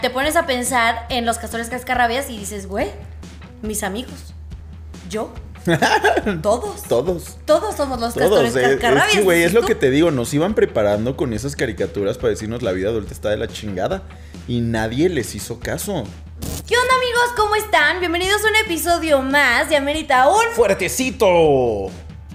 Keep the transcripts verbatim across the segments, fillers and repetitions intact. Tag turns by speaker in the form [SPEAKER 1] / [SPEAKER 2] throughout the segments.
[SPEAKER 1] te pones a pensar en los castores cascarrabias y dices, güey, mis amigos, yo, todos.
[SPEAKER 2] Todos.
[SPEAKER 1] Todos somos los
[SPEAKER 2] Todos.
[SPEAKER 1] castores cascarrabias.
[SPEAKER 2] Es que, güey, es lo
[SPEAKER 1] ¿tú?
[SPEAKER 2] que te digo. Nos iban preparando con esas caricaturas para decirnos la vida adulta está de la chingada. Y nadie les hizo caso.
[SPEAKER 1] ¿Qué onda, amigos? ¿Cómo están? Bienvenidos a un episodio más de Amerita un...
[SPEAKER 2] ¡Fuertecito!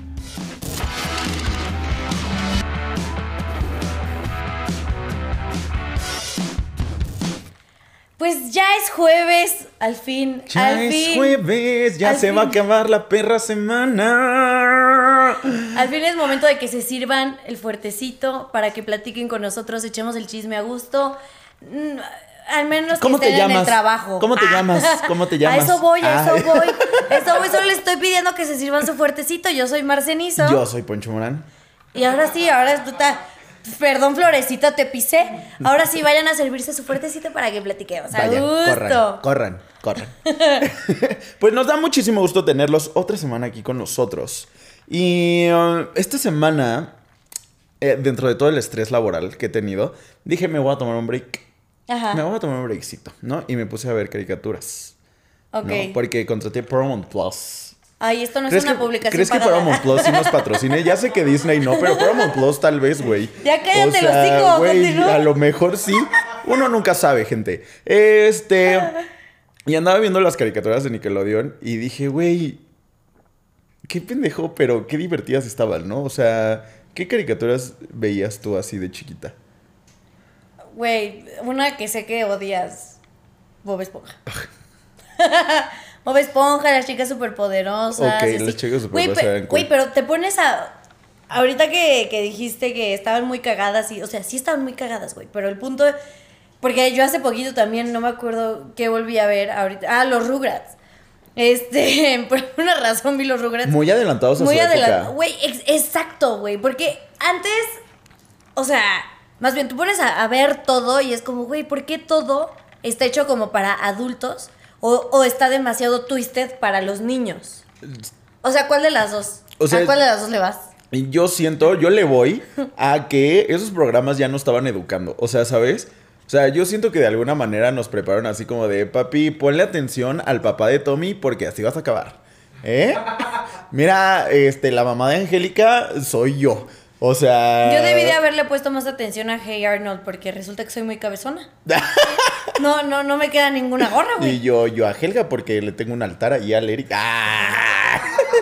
[SPEAKER 1] Pues ya es jueves, al fin,
[SPEAKER 2] Ya
[SPEAKER 1] al
[SPEAKER 2] es
[SPEAKER 1] fin.
[SPEAKER 2] jueves, ya
[SPEAKER 1] al
[SPEAKER 2] se
[SPEAKER 1] fin.
[SPEAKER 2] va a acabar la perra semana.
[SPEAKER 1] Al fin es momento de que se sirvan el fuertecito para que platiquen con nosotros, echemos el chisme a gusto. Mm, Al menos que
[SPEAKER 2] ¿Cómo te
[SPEAKER 1] estén en
[SPEAKER 2] llamas?
[SPEAKER 1] el trabajo.
[SPEAKER 2] ¿Cómo te llamas? ¿Cómo te llamas?
[SPEAKER 1] A eso voy, a
[SPEAKER 2] Ah.
[SPEAKER 1] eso voy. A eso voy, solo les estoy pidiendo que se sirvan su fuertecito. Yo soy Marcenizo.
[SPEAKER 2] Yo soy Poncho Morán.
[SPEAKER 1] Y ahora sí, ahora tú ta- Perdón, Florecita, te pisé. Ahora sí, vayan a servirse su fuertecito para que platiquemos. A
[SPEAKER 2] Vayan,
[SPEAKER 1] gusto.
[SPEAKER 2] corran, corran, corran. Pues nos da muchísimo gusto tenerlos otra semana aquí con nosotros. Y uh, esta semana, eh, dentro de todo el estrés laboral que he tenido, dije, me voy a tomar un break.
[SPEAKER 1] Ajá.
[SPEAKER 2] Me voy a tomar un breakcito, ¿no? Y me puse a ver caricaturas.
[SPEAKER 1] Ok.
[SPEAKER 2] ¿No? Porque contraté Paramount Plus.
[SPEAKER 1] Ay, esto no es
[SPEAKER 2] ¿Crees
[SPEAKER 1] una
[SPEAKER 2] que,
[SPEAKER 1] publicación
[SPEAKER 2] ¿crees que
[SPEAKER 1] pagada.
[SPEAKER 2] Paramount Plus sí nos patrocine? Ya sé que Disney no, pero Paramount Plus tal vez, güey.
[SPEAKER 1] Ya cállate
[SPEAKER 2] O sea,
[SPEAKER 1] el hocico,
[SPEAKER 2] güey,
[SPEAKER 1] continúa.
[SPEAKER 2] a lo mejor sí. Uno nunca sabe, gente. Este... Y andaba viendo las caricaturas de Nickelodeon y dije, güey, qué pendejo, pero qué divertidas estaban, ¿no? O sea, ¿qué caricaturas veías tú así de chiquita?
[SPEAKER 1] Güey, una que sé que odias. Bob Esponja. Bob Esponja, las chicas superpoderosas.
[SPEAKER 2] Ok,
[SPEAKER 1] y
[SPEAKER 2] las
[SPEAKER 1] así.
[SPEAKER 2] chicas
[SPEAKER 1] Güey,
[SPEAKER 2] superpoderosas
[SPEAKER 1] pe-
[SPEAKER 2] eran cool.
[SPEAKER 1] Güey, pero te pones a... Ahorita que, que dijiste que estaban muy cagadas, y, o sea, sí estaban muy cagadas, güey, pero el punto... Porque yo hace poquito también, no me acuerdo qué volví a ver ahorita. Ah, los Rugrats. Este, por alguna razón vi los Rugrats.
[SPEAKER 2] Muy adelantados a
[SPEAKER 1] Muy
[SPEAKER 2] su
[SPEAKER 1] adelantado.
[SPEAKER 2] época.
[SPEAKER 1] Güey, ex- exacto, güey. Porque antes, o sea, más bien tú pones a, a ver todo y es como, güey, ¿por qué todo está hecho como para adultos? O, o está demasiado twisted para los niños. O sea, ¿cuál de las dos?
[SPEAKER 2] O sea,
[SPEAKER 1] ¿A cuál de las dos le vas?
[SPEAKER 2] Y yo siento, yo le voy a que esos programas ya no estaban educando. O sea, ¿sabes? O sea, yo siento que de alguna manera nos prepararon así como de, papi, ponle atención al papá de Tommy porque así vas a acabar. ¿Eh? Mira, este, la mamá de Angélica soy yo. O sea...
[SPEAKER 1] Yo debí de haberle puesto más atención a Hey Arnold porque resulta que soy muy cabezona. No, no, no me queda ninguna gorra,
[SPEAKER 2] Y
[SPEAKER 1] güey.
[SPEAKER 2] yo, yo a Helga porque le tengo un altar ahí al Eric. ¡Ah!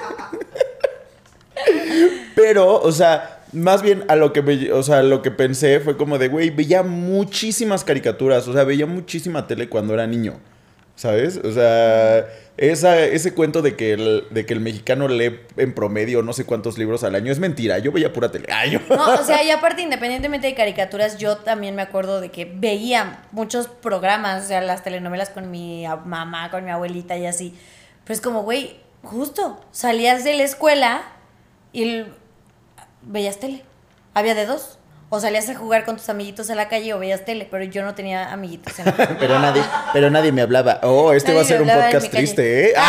[SPEAKER 2] Pero, o sea, más bien a lo que me, o sea, lo que pensé fue como de, güey, veía muchísimas caricaturas, o sea, veía muchísima tele cuando era niño, ¿sabes? O sea, esa, ese cuento de que, el, de que el mexicano lee en promedio no sé cuántos libros al año es mentira, yo veía pura tele. Ay, yo...
[SPEAKER 1] No, o sea, y aparte, independientemente de caricaturas, yo también me acuerdo de que veía muchos programas, o sea, las telenovelas con mi a- mamá, con mi abuelita y así. Pero es como, güey, justo, salías de la escuela y el- veías tele. Había de dos. O salías a jugar con tus amiguitos en la calle o veías tele, pero yo no tenía amiguitos en la calle.
[SPEAKER 2] Pero nadie, pero nadie me hablaba. Oh, este
[SPEAKER 1] Nadie
[SPEAKER 2] va a ser
[SPEAKER 1] me
[SPEAKER 2] un
[SPEAKER 1] hablaba en
[SPEAKER 2] podcast
[SPEAKER 1] mi calle.
[SPEAKER 2] triste, ¿eh?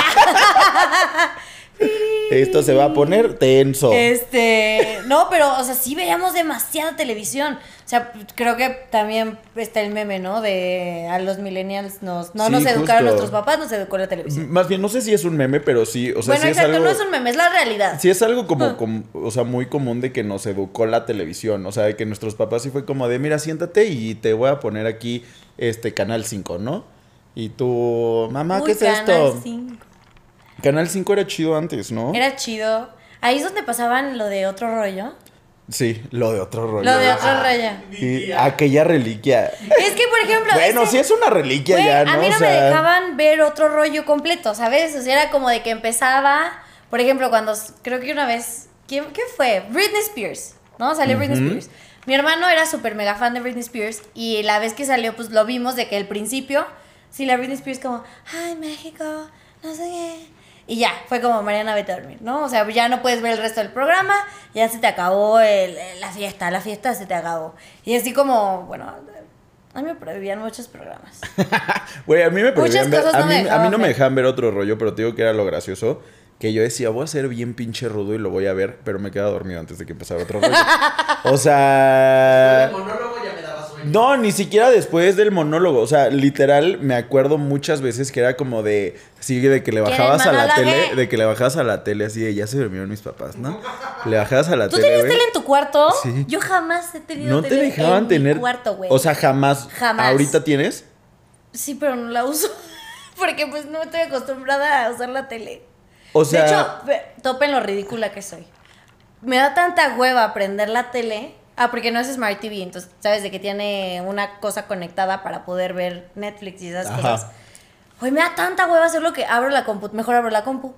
[SPEAKER 2] Esto se va a poner tenso.
[SPEAKER 1] Este, no, pero, o sea, sí veíamos demasiada televisión. O sea, creo que también está el meme, ¿no? De a los millennials nos, no
[SPEAKER 2] Sí,
[SPEAKER 1] nos educaron
[SPEAKER 2] justo.
[SPEAKER 1] nuestros papás, nos educó la televisión.
[SPEAKER 2] Más bien, no sé si es un meme, pero sí, o sea,
[SPEAKER 1] Bueno,
[SPEAKER 2] sí
[SPEAKER 1] exacto,
[SPEAKER 2] es algo...
[SPEAKER 1] no es un meme, es la realidad.
[SPEAKER 2] Sí es algo como,
[SPEAKER 1] Ah.
[SPEAKER 2] como, o sea, muy común de que nos educó la televisión, o sea, de que nuestros papás sí fue como de, mira, siéntate y te voy a poner aquí, este, Canal cinco, ¿no? Y tú, mamá,
[SPEAKER 1] Uy,
[SPEAKER 2] ¿qué es
[SPEAKER 1] Canal
[SPEAKER 2] esto?
[SPEAKER 1] cinco.
[SPEAKER 2] Canal cinco era chido antes, ¿no?
[SPEAKER 1] Era chido. Ahí es donde pasaban lo de otro rollo.
[SPEAKER 2] Sí, lo de otro rollo.
[SPEAKER 1] Lo de otro rollo.
[SPEAKER 2] Y aquella reliquia.
[SPEAKER 1] Es que, por ejemplo...
[SPEAKER 2] Bueno,
[SPEAKER 1] este-
[SPEAKER 2] sí es una reliquia
[SPEAKER 1] Güey,
[SPEAKER 2] ya,
[SPEAKER 1] a
[SPEAKER 2] ¿no?
[SPEAKER 1] mí no
[SPEAKER 2] O
[SPEAKER 1] me
[SPEAKER 2] sea,
[SPEAKER 1] dejaban ver otro rollo completo, ¿sabes? O sea, era como de que empezaba, por ejemplo, cuando s- creo que una vez, ¿quién, ¿qué fue? Britney Spears, ¿no? Salió Britney
[SPEAKER 2] Ujú.
[SPEAKER 1] Spears. Mi hermano era súper mega fan de Britney Spears y la vez que salió, pues lo vimos de que al principio, sí, la Britney Spears como, ay, México, no sé qué. Y ya, fue como, Mariana, vete a dormir, ¿no? O sea, ya no puedes ver el resto del programa, ya se te acabó el- la fiesta, la fiesta se te acabó. Y así como, bueno, a mí me prohibían muchos programas.
[SPEAKER 2] Güey, a mí me prohibían ver,
[SPEAKER 1] cosas
[SPEAKER 2] a
[SPEAKER 1] no me
[SPEAKER 2] mí, a mí
[SPEAKER 1] dejaban
[SPEAKER 2] no me
[SPEAKER 1] ver.
[SPEAKER 2] dejaban ver otro rollo, pero te digo que era lo gracioso. Que yo decía, voy a ser bien pinche rudo y lo voy a ver, pero me quedaba dormido antes de que empezara otro rollo. O sea...
[SPEAKER 3] El monólogo ya me daba sueño.
[SPEAKER 2] No, ni siquiera después del monólogo. O sea, literal, me acuerdo muchas veces que era como de... Sí, de que le bajabas a la tele... De que le bajabas a la tele así de... Ya se durmieron mis papás, ¿no? Le bajabas a la
[SPEAKER 1] ¿Tú
[SPEAKER 2] tele,
[SPEAKER 1] ¿Tú tenías
[SPEAKER 2] wey.
[SPEAKER 1] tele en tu cuarto?
[SPEAKER 2] Sí.
[SPEAKER 1] Yo jamás he tenido
[SPEAKER 2] no
[SPEAKER 1] tele
[SPEAKER 2] te dejaban
[SPEAKER 1] en
[SPEAKER 2] tener...
[SPEAKER 1] mi cuarto, güey.
[SPEAKER 2] O sea, jamás.
[SPEAKER 1] Jamás.
[SPEAKER 2] ¿Ahorita tienes?
[SPEAKER 1] Sí, pero no la uso. Porque pues no estoy acostumbrada a usar la tele.
[SPEAKER 2] O sea...
[SPEAKER 1] De hecho, topen lo ridícula que soy. Me da tanta hueva prender la tele... Ah, porque no es Smart T V, entonces sabes de que tiene una cosa conectada para poder ver Netflix y esas
[SPEAKER 2] Ajá.
[SPEAKER 1] cosas. Hoy me da tanta hueva hacerlo que abro la compu, mejor abro la compu.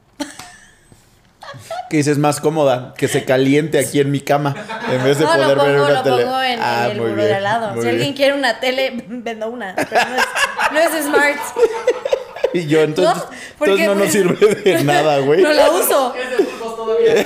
[SPEAKER 2] Que dices más cómoda, que se caliente aquí en mi cama en vez de
[SPEAKER 1] no,
[SPEAKER 2] poder
[SPEAKER 1] lo pongo,
[SPEAKER 2] ver una
[SPEAKER 1] lo
[SPEAKER 2] tele.
[SPEAKER 1] pongo en,
[SPEAKER 2] ah,
[SPEAKER 1] en el
[SPEAKER 2] muy
[SPEAKER 1] muro
[SPEAKER 2] bien,
[SPEAKER 1] de al lado.
[SPEAKER 2] muy
[SPEAKER 1] Si alguien
[SPEAKER 2] bien.
[SPEAKER 1] quiere una tele, vendo una, pero no es, no es Smart.
[SPEAKER 2] Y yo, entonces,
[SPEAKER 1] ¿No?
[SPEAKER 2] entonces
[SPEAKER 1] Porque,
[SPEAKER 2] no nos
[SPEAKER 1] pues,
[SPEAKER 2] sirve de nada, güey.
[SPEAKER 1] No la uso.
[SPEAKER 3] Es de Burgos todavía.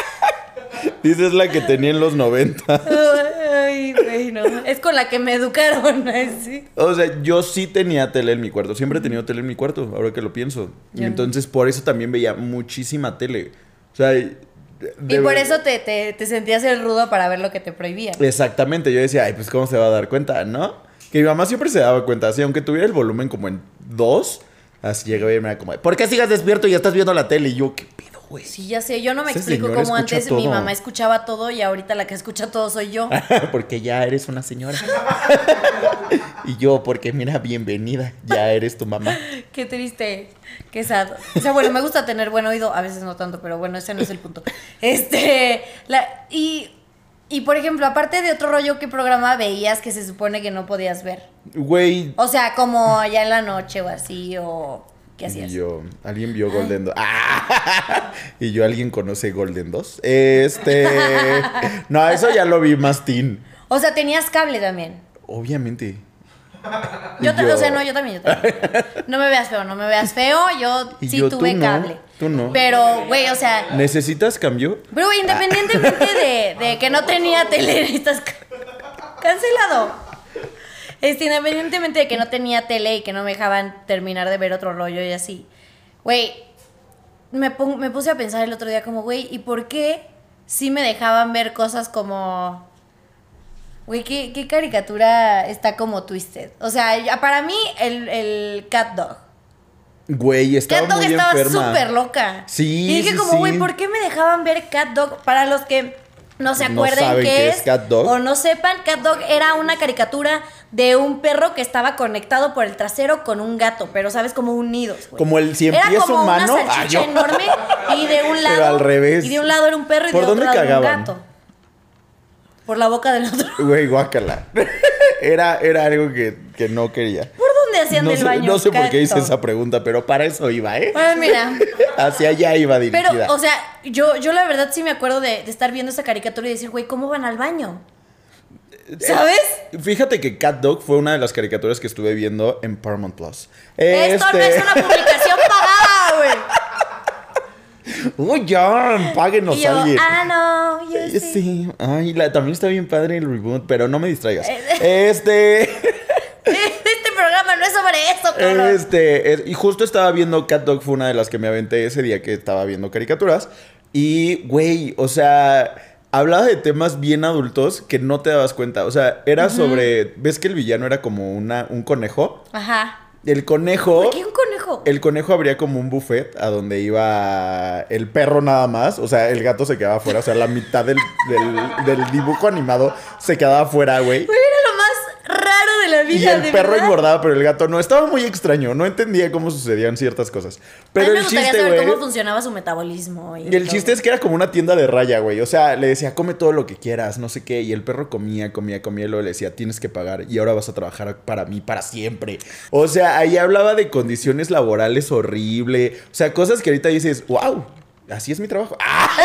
[SPEAKER 2] Dices la que tenía en los noventa.
[SPEAKER 1] Ay, güey, no. Es con la que me educaron, así.
[SPEAKER 2] O sea, yo sí tenía tele en mi cuarto. Siempre he tenido tele en mi cuarto, ahora que lo pienso. Y
[SPEAKER 1] Ya.
[SPEAKER 2] entonces por eso también veía muchísima tele. O sea, de-
[SPEAKER 1] Y por eso te, te, te sentías el rudo para ver lo que te prohibían.
[SPEAKER 2] Exactamente, yo decía, ay, pues cómo se va a dar cuenta, ¿no? Que mi mamá siempre se daba cuenta, así, aunque tuviera el volumen como en dos, así llegaba y me era como, ¿por qué sigas despierto y ya estás viendo la tele? Y yo, ¿qué pedo, güey?
[SPEAKER 1] Sí, ya sé. Yo no me
[SPEAKER 2] Ese
[SPEAKER 1] explico
[SPEAKER 2] señor
[SPEAKER 1] cómo
[SPEAKER 2] escucha
[SPEAKER 1] antes mi
[SPEAKER 2] todo.
[SPEAKER 1] mamá escuchaba todo y ahorita la que escucha todo soy yo.
[SPEAKER 2] Porque ya eres una señora. Y yo, porque mira, bienvenida, ya eres tu mamá.
[SPEAKER 1] Qué triste. Qué sad. O sea, bueno, me gusta tener buen oído, a veces no tanto, pero bueno, ese no es el punto. Este, la, y, y por ejemplo, aparte de otro rollo, ¿qué programa veías que se supone que no podías ver?
[SPEAKER 2] Güey.
[SPEAKER 1] O sea, como allá en la noche o así, o ¿qué hacías?
[SPEAKER 2] Y yo, ¿alguien vio Golden dos? ¡Ah! Y yo, ¿alguien conoce Golden dos? Este... No, eso ya lo vi más teen.
[SPEAKER 1] O sea, tenías cable también.
[SPEAKER 2] Obviamente.
[SPEAKER 1] Yo,
[SPEAKER 2] Y
[SPEAKER 1] ta-
[SPEAKER 2] yo-
[SPEAKER 1] O sea, no, yo también, yo también. No me veas feo, no me veas feo. Yo
[SPEAKER 2] Y
[SPEAKER 1] sí
[SPEAKER 2] yo, tú
[SPEAKER 1] tuve
[SPEAKER 2] no,
[SPEAKER 1] cable.
[SPEAKER 2] tú no.
[SPEAKER 1] Pero, güey, o sea,
[SPEAKER 2] ¿Necesitas cambio?
[SPEAKER 1] pero güey, independientemente de, de que no tenía tele, estás ca- cancelado. Este, independientemente de que no tenía tele y que no me dejaban terminar de ver otro rollo y así. Güey, me, pon- me puse a pensar el otro día como, güey, ¿y por qué sí me dejaban ver cosas como... Güey, ¿qué, qué caricatura está como Twisted? O sea, ya para mí, el, el Cat Dog.
[SPEAKER 2] Güey, estaba
[SPEAKER 1] Cat Dog
[SPEAKER 2] muy
[SPEAKER 1] estaba
[SPEAKER 2] enferma.
[SPEAKER 1] súper loca.
[SPEAKER 2] Sí,
[SPEAKER 1] Y dije
[SPEAKER 2] sí,
[SPEAKER 1] como,
[SPEAKER 2] sí.
[SPEAKER 1] güey, ¿por qué me dejaban ver Cat Dog? Para los que no se
[SPEAKER 2] No
[SPEAKER 1] acuerden
[SPEAKER 2] saben
[SPEAKER 1] qué
[SPEAKER 2] qué
[SPEAKER 1] es,
[SPEAKER 2] es Cat Dog.
[SPEAKER 1] o no sepan, Cat Dog era una caricatura de un perro que estaba conectado por el trasero con un gato, pero sabes, como unidos, güey.
[SPEAKER 2] Como el cien
[SPEAKER 1] Era
[SPEAKER 2] pies
[SPEAKER 1] como
[SPEAKER 2] humano.
[SPEAKER 1] una
[SPEAKER 2] Ah,
[SPEAKER 1] salchicha
[SPEAKER 2] yo-
[SPEAKER 1] enorme y de un lado
[SPEAKER 2] Pero al revés.
[SPEAKER 1] y de un lado era un perro y
[SPEAKER 2] ¿Por
[SPEAKER 1] de otro
[SPEAKER 2] dónde
[SPEAKER 1] lado era un
[SPEAKER 2] cagaban?
[SPEAKER 1] gato. Por la boca del otro.
[SPEAKER 2] Güey, guácala. Era, era algo que, que no quería.
[SPEAKER 1] ¿Por dónde hacían
[SPEAKER 2] No
[SPEAKER 1] del
[SPEAKER 2] sé,
[SPEAKER 1] baño?
[SPEAKER 2] no sé por qué hice
[SPEAKER 1] Cat Dog?
[SPEAKER 2] esa pregunta, pero para eso iba, ¿eh?
[SPEAKER 1] Bueno, mira.
[SPEAKER 2] Hacia allá iba dirigida.
[SPEAKER 1] Pero, o sea, yo, yo la verdad sí me acuerdo de, de estar viendo esa caricatura y decir, güey, ¿cómo van al baño? ¿Sabes?
[SPEAKER 2] Fíjate que Cat Dog fue una de las caricaturas que estuve viendo en Paramount Plus.
[SPEAKER 1] Esto no
[SPEAKER 2] Este-
[SPEAKER 1] es una publicación pagada, güey.
[SPEAKER 2] Uy, ya, páguenos
[SPEAKER 1] Y yo,
[SPEAKER 2] alguien.
[SPEAKER 1] ah, no, yo
[SPEAKER 2] Eh,
[SPEAKER 1] sí.
[SPEAKER 2] Sí, ay, la- también está bien padre el reboot, pero no me distraigas.
[SPEAKER 1] Eh,
[SPEAKER 2] Este,
[SPEAKER 1] Este programa no es sobre eso, cabrón.
[SPEAKER 2] este, es- y justo estaba viendo Cat Dog, fue una de las que me aventé ese día que estaba viendo caricaturas. Y, güey, o sea, hablaba de temas bien adultos que no te dabas cuenta. O sea, era sobre, ¿ves que el villano era como una, un conejo?
[SPEAKER 1] Ajá.
[SPEAKER 2] El conejo...
[SPEAKER 1] ¿Por qué un conejo?
[SPEAKER 2] El conejo abría como un buffet a donde iba el perro nada más. O sea, el gato se quedaba afuera. O sea, la mitad del, del, del dibujo animado se quedaba afuera, güey.
[SPEAKER 1] Güey, era lo más raro de la vida,
[SPEAKER 2] Y el
[SPEAKER 1] de
[SPEAKER 2] perro
[SPEAKER 1] verdad.
[SPEAKER 2] engordaba, pero el gato no. Estaba muy extraño. No entendía cómo sucedían ciertas cosas. Pero
[SPEAKER 1] A mí me
[SPEAKER 2] el
[SPEAKER 1] gustaría
[SPEAKER 2] chiste,
[SPEAKER 1] saber
[SPEAKER 2] güey...
[SPEAKER 1] cómo funcionaba su metabolismo. Y,
[SPEAKER 2] Y el
[SPEAKER 1] todo.
[SPEAKER 2] chiste es que era como una tienda de raya, güey. O sea, le decía, come todo lo que quieras, no sé qué. Y el perro comía, comía, comía. Y luego le decía, tienes que pagar. Y ahora vas a trabajar para mí para siempre. O sea, ahí hablaba de condiciones laborales horrible. O sea, cosas que ahorita dices, wow, así es mi trabajo.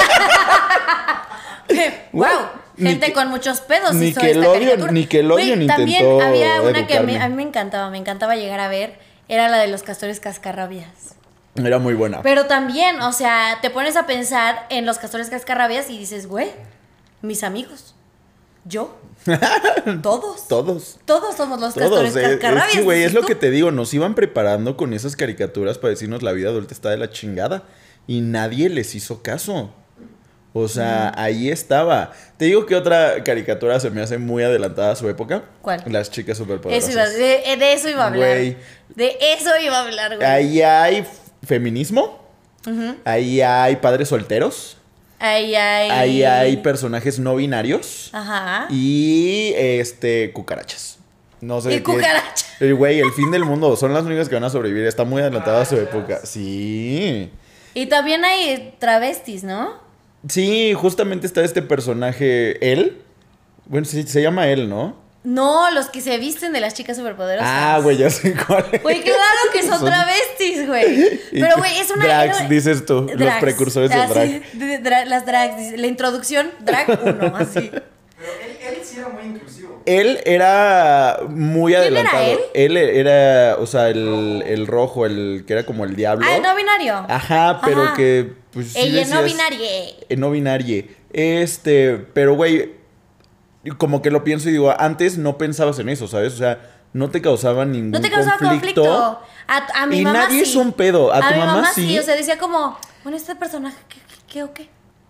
[SPEAKER 2] ¡Ah!
[SPEAKER 1] wow,
[SPEAKER 2] Ni
[SPEAKER 1] gente
[SPEAKER 2] que-
[SPEAKER 1] con muchos pedos.
[SPEAKER 2] ni
[SPEAKER 1] hizo
[SPEAKER 2] que
[SPEAKER 1] esta
[SPEAKER 2] Nickelodeon-
[SPEAKER 1] caricatura.
[SPEAKER 2] Nickelodeon
[SPEAKER 1] Güey, también
[SPEAKER 2] intentó
[SPEAKER 1] había una que me-
[SPEAKER 2] educarme.
[SPEAKER 1] a mí me encantaba, me encantaba llegar a ver. Era la de los castores cascarrabias.
[SPEAKER 2] Era muy buena.
[SPEAKER 1] Pero también, o sea, te pones a pensar en los castores cascarrabias y dices, güey, mis amigos, yo, todos,
[SPEAKER 2] Todos.
[SPEAKER 1] todos somos los
[SPEAKER 2] Todos,
[SPEAKER 1] castores
[SPEAKER 2] eh, es
[SPEAKER 1] cascarrabias.
[SPEAKER 2] que, güey, es
[SPEAKER 1] dices
[SPEAKER 2] lo
[SPEAKER 1] tú.
[SPEAKER 2] que te digo, nos iban preparando con esas caricaturas para decirnos la vida adulta está de la chingada y nadie les hizo caso. O sea, ahí estaba. Te digo que otra caricatura se me hace muy adelantada a su época.
[SPEAKER 1] ¿Cuál?
[SPEAKER 2] Las chicas superpoderosas.
[SPEAKER 1] Eso iba, de, de eso iba a hablar.
[SPEAKER 2] Güey.
[SPEAKER 1] De eso iba a hablar, güey.
[SPEAKER 2] Ahí hay feminismo. Uh-huh. Ahí hay padres solteros.
[SPEAKER 1] Ahí hay...
[SPEAKER 2] Ahí hay personajes no binarios.
[SPEAKER 1] Ajá.
[SPEAKER 2] Y, este, cucarachas. No sé.
[SPEAKER 1] Y cucarachas.
[SPEAKER 2] El güey, el fin del mundo. Son las únicas que van a sobrevivir. Está muy adelantada a su época. Sí.
[SPEAKER 1] Y también hay travestis, ¿no?
[SPEAKER 2] Sí, justamente está este personaje, él. Bueno, sí, se llama él, ¿no?
[SPEAKER 1] No, los que se visten de las chicas superpoderosas.
[SPEAKER 2] Ah, güey, ya sé cuál es.
[SPEAKER 1] Güey, claro que son, son... travestis, güey. Pero, güey, es una...
[SPEAKER 2] Drags,
[SPEAKER 1] era...
[SPEAKER 2] dices tú. Drags. Los precursores del drag.
[SPEAKER 1] Sí, de, dra las drags. La introducción, drag uno, así.
[SPEAKER 3] Pero él, él sí era muy inclusivo.
[SPEAKER 2] Él era muy
[SPEAKER 1] ¿Quién
[SPEAKER 2] adelantado.
[SPEAKER 1] era él?
[SPEAKER 2] Él era, o sea, el, el rojo, el que era como el diablo.
[SPEAKER 1] Ah, el no binario.
[SPEAKER 2] Ajá, pero
[SPEAKER 1] Ajá.
[SPEAKER 2] que... Pues, sí
[SPEAKER 1] ella
[SPEAKER 2] decías,
[SPEAKER 1] no binarie.
[SPEAKER 2] Eh, no binarie. Este, pero güey, como que lo pienso y digo, antes no pensabas en eso, ¿sabes? O sea, no te causaba ningún conflicto.
[SPEAKER 1] No te causaba conflicto. conflicto. A, a mi
[SPEAKER 2] y
[SPEAKER 1] mamá
[SPEAKER 2] nadie
[SPEAKER 1] sí.
[SPEAKER 2] es un pedo. A,
[SPEAKER 1] a
[SPEAKER 2] tu
[SPEAKER 1] mi
[SPEAKER 2] mamá,
[SPEAKER 1] mamá
[SPEAKER 2] sí.
[SPEAKER 1] sí. O sea, decía como, bueno, este personaje, ¿qué, qué, qué o qué?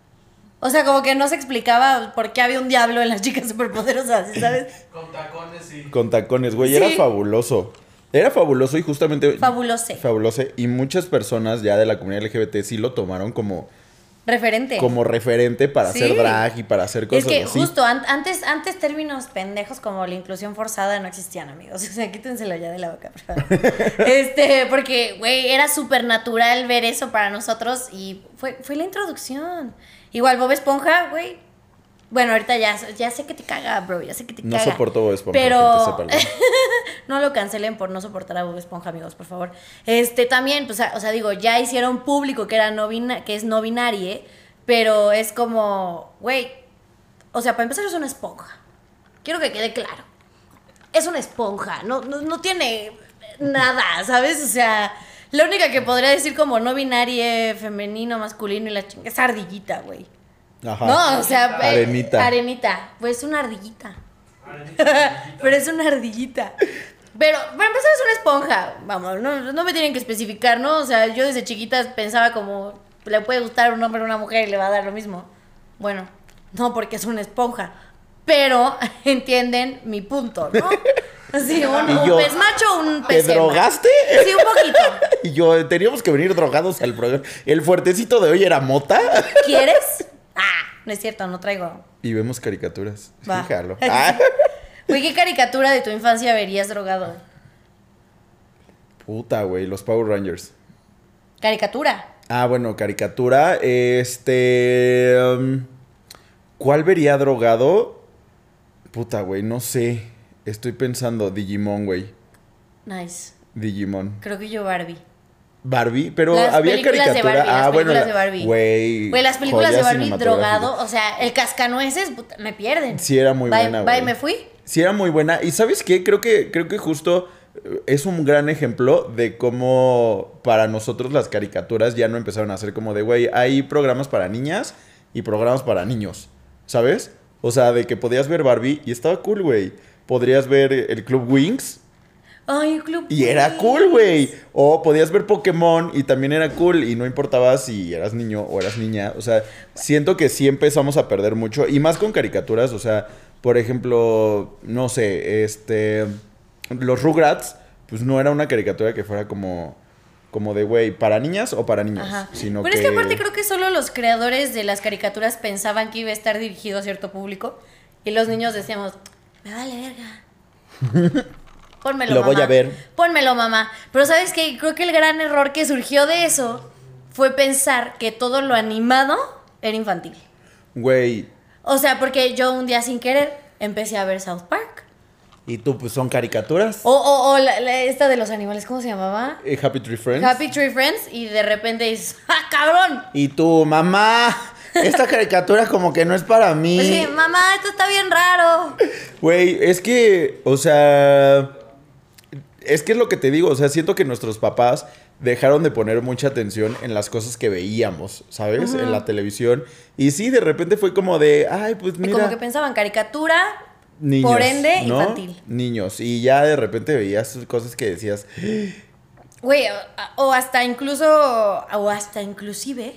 [SPEAKER 1] O sea, como que no se explicaba por qué había un diablo en las chicas superpoderosas, ¿sabes?
[SPEAKER 3] Con tacones, sí.
[SPEAKER 2] Con tacones, güey.
[SPEAKER 1] Sí.
[SPEAKER 2] Era fabuloso. Era fabuloso y justamente...
[SPEAKER 1] Fabulose.
[SPEAKER 2] Fabulose. Y muchas personas ya de la comunidad L G B T sí lo tomaron como...
[SPEAKER 1] Referente.
[SPEAKER 2] Como referente para
[SPEAKER 1] Sí.
[SPEAKER 2] hacer drag y para hacer cosas
[SPEAKER 1] Es que
[SPEAKER 2] así.
[SPEAKER 1] justo an antes, antes términos pendejos como la inclusión forzada no existían, amigos. O sea, quítenselo ya de la boca, por favor. este, porque, güey, era súper natural ver eso para nosotros y fue, fue la introducción. Igual Bob Esponja, güey. Bueno, ahorita ya, ya sé que te caga, bro, ya sé que te
[SPEAKER 2] No
[SPEAKER 1] caga.
[SPEAKER 2] soporto Bob Esponja,
[SPEAKER 1] pero
[SPEAKER 2] gente, sépalo.
[SPEAKER 1] no lo cancelen por no soportar a Bob Esponja, amigos, por favor. Este, también, pues, o sea, digo, ya hicieron público que era no bina que es no binarie, pero es como, güey, o sea, para empezar es una esponja. Quiero que quede claro. Es una esponja, no, no, no tiene nada, ¿sabes? O sea, la única que podría decir como no binarie, femenino, masculino y la chingada es ardillita, güey.
[SPEAKER 2] Ajá.
[SPEAKER 1] No, o sea, eh,
[SPEAKER 2] Arenita.
[SPEAKER 1] Arenita. Pues una ardillita. Pero es una ardillita. Pero, para empezar, es una esponja. Vamos, no, no me tienen que especificar, ¿no? O sea, yo desde chiquita pensaba como, le puede gustar un hombre o una mujer y le va a dar lo mismo. Bueno, no porque es una esponja. Pero entienden mi punto, ¿no? Así, un, un
[SPEAKER 2] yo,
[SPEAKER 1] pez macho, un
[SPEAKER 2] ¿te
[SPEAKER 1] pez hembra.
[SPEAKER 2] drogaste?
[SPEAKER 1] Sí, un poquito.
[SPEAKER 2] Y yo, teníamos que venir drogados al programa. El fuertecito de hoy era mota.
[SPEAKER 1] ¿Quieres? Ah, no es cierto, no traigo.
[SPEAKER 2] Y vemos caricaturas.
[SPEAKER 1] Va.
[SPEAKER 2] Fíjalo. Ah.
[SPEAKER 1] Güey, ¿qué caricatura de tu infancia verías drogado?
[SPEAKER 2] Puta, güey, los Power Rangers.
[SPEAKER 1] ¿Caricatura?
[SPEAKER 2] Ah, bueno, caricatura. Este. Um, ¿Cuál vería drogado? Puta, güey, no sé. Estoy pensando. Digimon, güey.
[SPEAKER 1] Nice.
[SPEAKER 2] Digimon.
[SPEAKER 1] Creo que yo Barbie.
[SPEAKER 2] Barbie, pero
[SPEAKER 1] Las
[SPEAKER 2] había
[SPEAKER 1] películas
[SPEAKER 2] caricatura.
[SPEAKER 1] de Barbie, las
[SPEAKER 2] ah, bueno,
[SPEAKER 1] películas
[SPEAKER 2] la-
[SPEAKER 1] de Barbie.
[SPEAKER 2] Güey.
[SPEAKER 1] Güey, las películas
[SPEAKER 2] joya
[SPEAKER 1] de Barbie
[SPEAKER 2] cinematográfica.
[SPEAKER 1] drogado, o sea, el cascanueces, puta, me pierden.
[SPEAKER 2] Sí, era muy
[SPEAKER 1] Bye-
[SPEAKER 2] buena,
[SPEAKER 1] bye,
[SPEAKER 2] güey.
[SPEAKER 1] me fui.
[SPEAKER 2] Sí, era muy buena. Y ¿sabes qué? Creo que, creo que justo eh, es un gran ejemplo de cómo para nosotros las caricaturas ya no empezaron a ser como de, güey, hay programas para niñas y programas para niños, ¿sabes? O sea, de que podías ver Barbie y estaba cool, güey. Podrías ver el Club Wings
[SPEAKER 1] Ay, el club.
[SPEAKER 2] y era cool, güey. O podías ver Pokémon y también era cool. Y no importaba si eras niño o eras niña. O sea, siento que sí empezamos a perder mucho. Y más con caricaturas. O sea, por ejemplo, no sé, este... Los Rugrats, pues no era una caricatura que fuera como... Como de, güey, ¿para niñas o para niños?
[SPEAKER 1] Ajá.
[SPEAKER 2] Sino
[SPEAKER 1] Pero
[SPEAKER 2] que...
[SPEAKER 1] es que aparte creo que solo los creadores de las caricaturas pensaban que iba a estar dirigido a cierto público. Y los niños decíamos, me vale verga. Pónmelo,
[SPEAKER 2] Lo
[SPEAKER 1] mamá.
[SPEAKER 2] voy a ver.
[SPEAKER 1] Pónmelo, mamá. Pero ¿sabes qué? Creo que el gran error que surgió de eso fue pensar que todo lo animado era infantil.
[SPEAKER 2] Güey,
[SPEAKER 1] O sea, porque yo un día sin querer empecé a ver South Park.
[SPEAKER 2] ¿y tú, pues son caricaturas?
[SPEAKER 1] O, o, o la- la- esta de los animales, ¿cómo se llamaba?
[SPEAKER 2] Eh, Happy Tree Friends.
[SPEAKER 1] Happy Tree Friends. Y de repente dices, ¡ah, cabrón!
[SPEAKER 2] Y tú, mamá, esta caricatura como que no es para mí.
[SPEAKER 1] Oye, mamá, esto está bien raro.
[SPEAKER 2] Güey, es que, o sea, es que es lo que te digo, o sea, siento que nuestros papás dejaron de poner mucha atención en las cosas que veíamos, ¿sabes? En la televisión. Y sí, de repente fue como de, ay, pues
[SPEAKER 1] Y
[SPEAKER 2] mira,
[SPEAKER 1] como que pensaban caricatura,
[SPEAKER 2] niños,
[SPEAKER 1] por ende,
[SPEAKER 2] ¿no?
[SPEAKER 1] infantil.
[SPEAKER 2] Niños. Y ya de repente veías cosas que decías,
[SPEAKER 1] Güey, o, o hasta incluso, o hasta inclusive,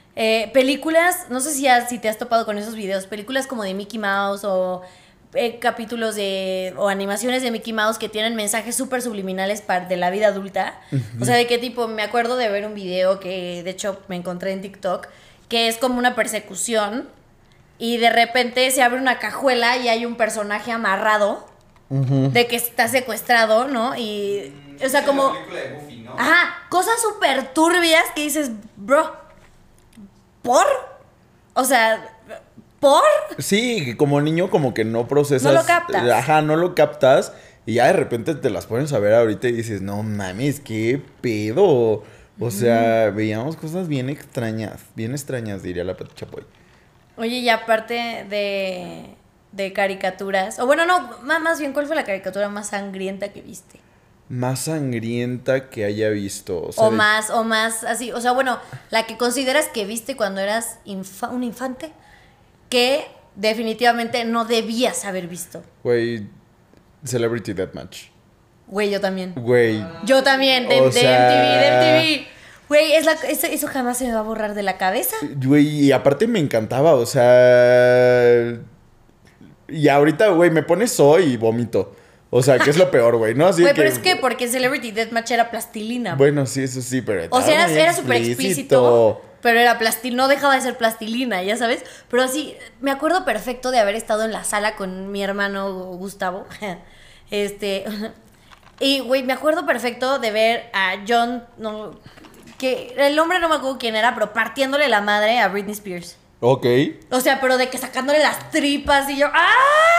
[SPEAKER 1] Eh, películas, no sé si, has- si te has topado con esos videos, películas como de Mickey Mouse o eh, capítulos de o animaciones de Mickey Mouse que tienen mensajes súper subliminales para, de la vida adulta. O sea, de qué tipo, me acuerdo de ver un video que de hecho me encontré en TikTok, que es como una persecución y de repente se abre una cajuela y hay un personaje amarrado de que está secuestrado, ¿no? Y, o sea,
[SPEAKER 3] Es
[SPEAKER 1] como...
[SPEAKER 3] la película de Goofy, ¿no?
[SPEAKER 1] Ajá, cosas súper turbias que dices, bro, ¿por? O sea, ¿por?
[SPEAKER 2] Sí, como niño como que no procesas.
[SPEAKER 1] No lo captas.
[SPEAKER 2] Ajá, no lo captas. Y ya de repente te las pones a ver ahorita y dices, no mames, qué pedo. O sea, veíamos cosas bien extrañas. Bien extrañas, diría la Pati Chapoy.
[SPEAKER 1] Oye, y aparte de, de caricaturas, o bueno, no, má- más bien, ¿cuál fue la caricatura más sangrienta que viste?
[SPEAKER 2] Más sangrienta que haya visto. O, sea,
[SPEAKER 1] O
[SPEAKER 2] de-
[SPEAKER 1] más, o más así, o sea, bueno, la que consideras que viste cuando eras infa- un infante, que definitivamente no debías haber visto.
[SPEAKER 2] Güey, Celebrity Deathmatch.
[SPEAKER 1] Güey, yo también.
[SPEAKER 2] Güey,
[SPEAKER 1] Yo también, de,
[SPEAKER 2] O
[SPEAKER 1] de
[SPEAKER 2] sea-
[SPEAKER 1] M T V, de M T V. Güey, es la- eso, eso jamás se me va a borrar de la cabeza.
[SPEAKER 2] güey, y aparte me encantaba, o sea... Y ahorita, güey, me pones soy y vomito. O sea, que es lo peor, güey, ¿no? Así
[SPEAKER 1] Güey,
[SPEAKER 2] que...
[SPEAKER 1] pero es que porque Celebrity Deathmatch era plastilina.
[SPEAKER 2] Bueno, sí, eso sí, pero...
[SPEAKER 1] O sea,
[SPEAKER 2] estaba
[SPEAKER 1] era,
[SPEAKER 2] muy
[SPEAKER 1] era súper explícito, pero era plastil, no dejaba de ser plastilina, ya sabes. Pero sí, me acuerdo perfecto de haber estado en la sala con mi hermano Gustavo. Este. Y, güey, me acuerdo perfecto de ver a John, no, que el hombre no me acuerdo quién era, pero partiéndole la madre a Britney Spears.
[SPEAKER 2] Ok.
[SPEAKER 1] O sea, pero de que sacándole las tripas y yo, ¡ah!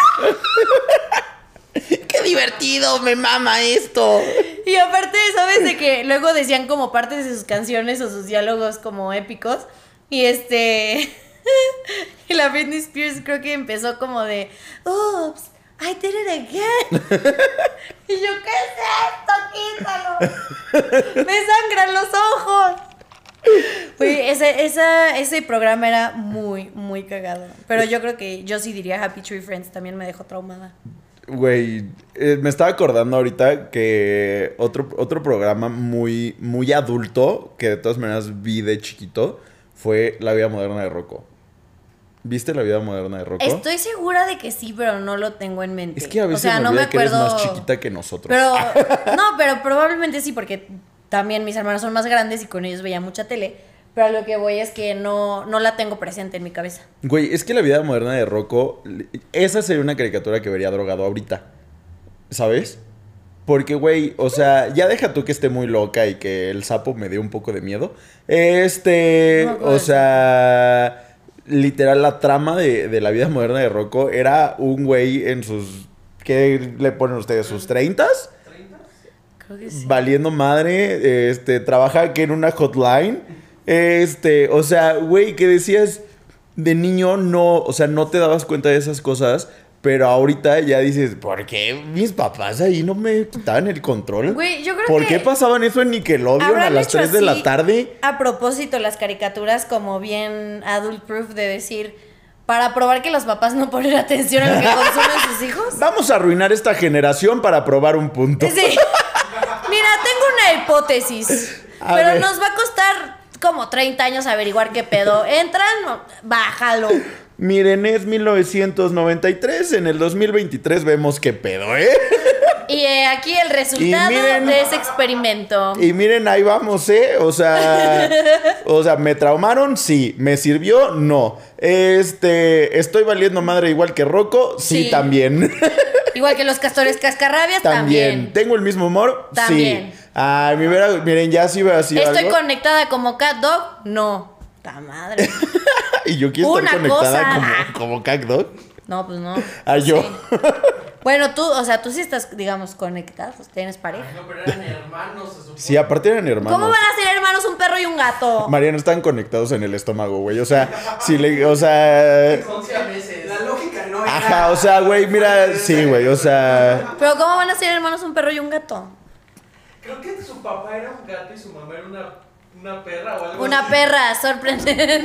[SPEAKER 2] ¡Qué divertido! ¡Me mama esto!
[SPEAKER 1] Y aparte, ¿sabes? De que luego decían como partes de sus canciones o sus diálogos como épicos. Y este... y la Britney Spears creo que empezó como de... Oops, I did it again. Y yo, ¿qué es esto? Quítalo. Me sangran los ojos. Güey, ese, esa, ese programa era muy, muy cagado. Pero yo creo que yo sí diría Happy Tree Friends. También me dejó traumada.
[SPEAKER 2] Güey, eh, me estaba acordando ahorita que otro, otro programa muy, muy adulto, que de todas maneras vi de chiquito, fue La Vida Moderna de Rocco. ¿Viste La Vida Moderna de Rocco?
[SPEAKER 1] Estoy segura de que sí, pero no lo tengo en mente.
[SPEAKER 2] Es que a veces
[SPEAKER 1] o sea,
[SPEAKER 2] me
[SPEAKER 1] no
[SPEAKER 2] olvida
[SPEAKER 1] me
[SPEAKER 2] que eres
[SPEAKER 1] acuerdo.
[SPEAKER 2] más chiquita que nosotros.
[SPEAKER 1] Pero, no, pero probablemente sí, porque también mis hermanos son más grandes y con ellos veía mucha tele. Pero lo que voy es que no, no la tengo presente en mi cabeza.
[SPEAKER 2] Güey, es que La Vida Moderna de Rocco, esa sería una caricatura que vería drogado ahorita. ¿Sabes? Porque, güey, o sea, ya deja tú que esté muy loca y que el sapo me dé un poco de miedo. Este,
[SPEAKER 1] No me acuerdo
[SPEAKER 2] o
[SPEAKER 1] del
[SPEAKER 2] sea, literal, la trama de, de La Vida Moderna de Rocco era un güey en sus, ¿qué le ponen ustedes? ¿Sus treintas?
[SPEAKER 1] Creo que sí.
[SPEAKER 2] Valiendo madre, este, trabaja aquí en una hotline. Este, o sea, güey, que decías de niño no, o sea, no te dabas cuenta de esas cosas, pero ahorita ya dices, ¿por qué mis papás ahí no me quitaban el control?
[SPEAKER 1] Güey, yo creo
[SPEAKER 2] ¿Por
[SPEAKER 1] que
[SPEAKER 2] qué pasaban eso en Nickelodeon a
[SPEAKER 1] habrán
[SPEAKER 2] las
[SPEAKER 1] hecho
[SPEAKER 2] tres de la
[SPEAKER 1] así,
[SPEAKER 2] tarde?
[SPEAKER 1] A propósito, las caricaturas como bien adult proof de decir, para probar que los papás no ponen atención a lo que consumen sus hijos.
[SPEAKER 2] Vamos a arruinar esta generación para probar un punto.
[SPEAKER 1] Sí. Mira, tengo una hipótesis,
[SPEAKER 2] A
[SPEAKER 1] pero
[SPEAKER 2] ver.
[SPEAKER 1] nos va a costar como treinta años averiguar qué pedo. Entran, bájalo.
[SPEAKER 2] Miren, es mil novecientos noventa y tres, en el dos mil veintitrés vemos qué pedo, ¿eh?
[SPEAKER 1] Y eh, aquí el resultado
[SPEAKER 2] Y miren-
[SPEAKER 1] de ese experimento.
[SPEAKER 2] Y miren, ahí vamos, ¿eh? O sea, o sea, ¿me traumaron? Sí. ¿Me sirvió? No. Este, ¿estoy valiendo madre igual que Rocco? Sí,
[SPEAKER 1] Sí.
[SPEAKER 2] también.
[SPEAKER 1] Igual que los castores cascarrabias,
[SPEAKER 2] También.
[SPEAKER 1] también.
[SPEAKER 2] ¿Tengo el mismo humor?
[SPEAKER 1] También.
[SPEAKER 2] Sí. Ay, mi vera- miren, ya sí veo así
[SPEAKER 1] ¿Estoy
[SPEAKER 2] algo.
[SPEAKER 1] conectada como cat dog? No. ¡Ta madre!
[SPEAKER 2] Y yo quiero estar
[SPEAKER 1] Una
[SPEAKER 2] conectada
[SPEAKER 1] cosa.
[SPEAKER 2] como, como Cat Dog.
[SPEAKER 1] No, pues no.
[SPEAKER 2] Ah, yo.
[SPEAKER 1] Sí. Bueno, tú, o sea, tú sí estás, digamos, conectado, pues tienes pareja.
[SPEAKER 3] No, pero eran hermanos, se supone.
[SPEAKER 2] Sí, aparte eran hermanos.
[SPEAKER 1] ¿Cómo van a ser hermanos un perro y un gato?
[SPEAKER 2] Mariano, están conectados en el estómago, güey. O sea, si le, o sea,
[SPEAKER 3] once meses. La lógica no era.
[SPEAKER 2] ajá, o sea, güey, mira, sí, güey, o sea,
[SPEAKER 1] Pero ¿cómo van a ser hermanos un perro y un gato?
[SPEAKER 3] Creo que su papá era un gato y su mamá era una, una perra o algo
[SPEAKER 1] Una
[SPEAKER 3] así.
[SPEAKER 1] perra sorprendente.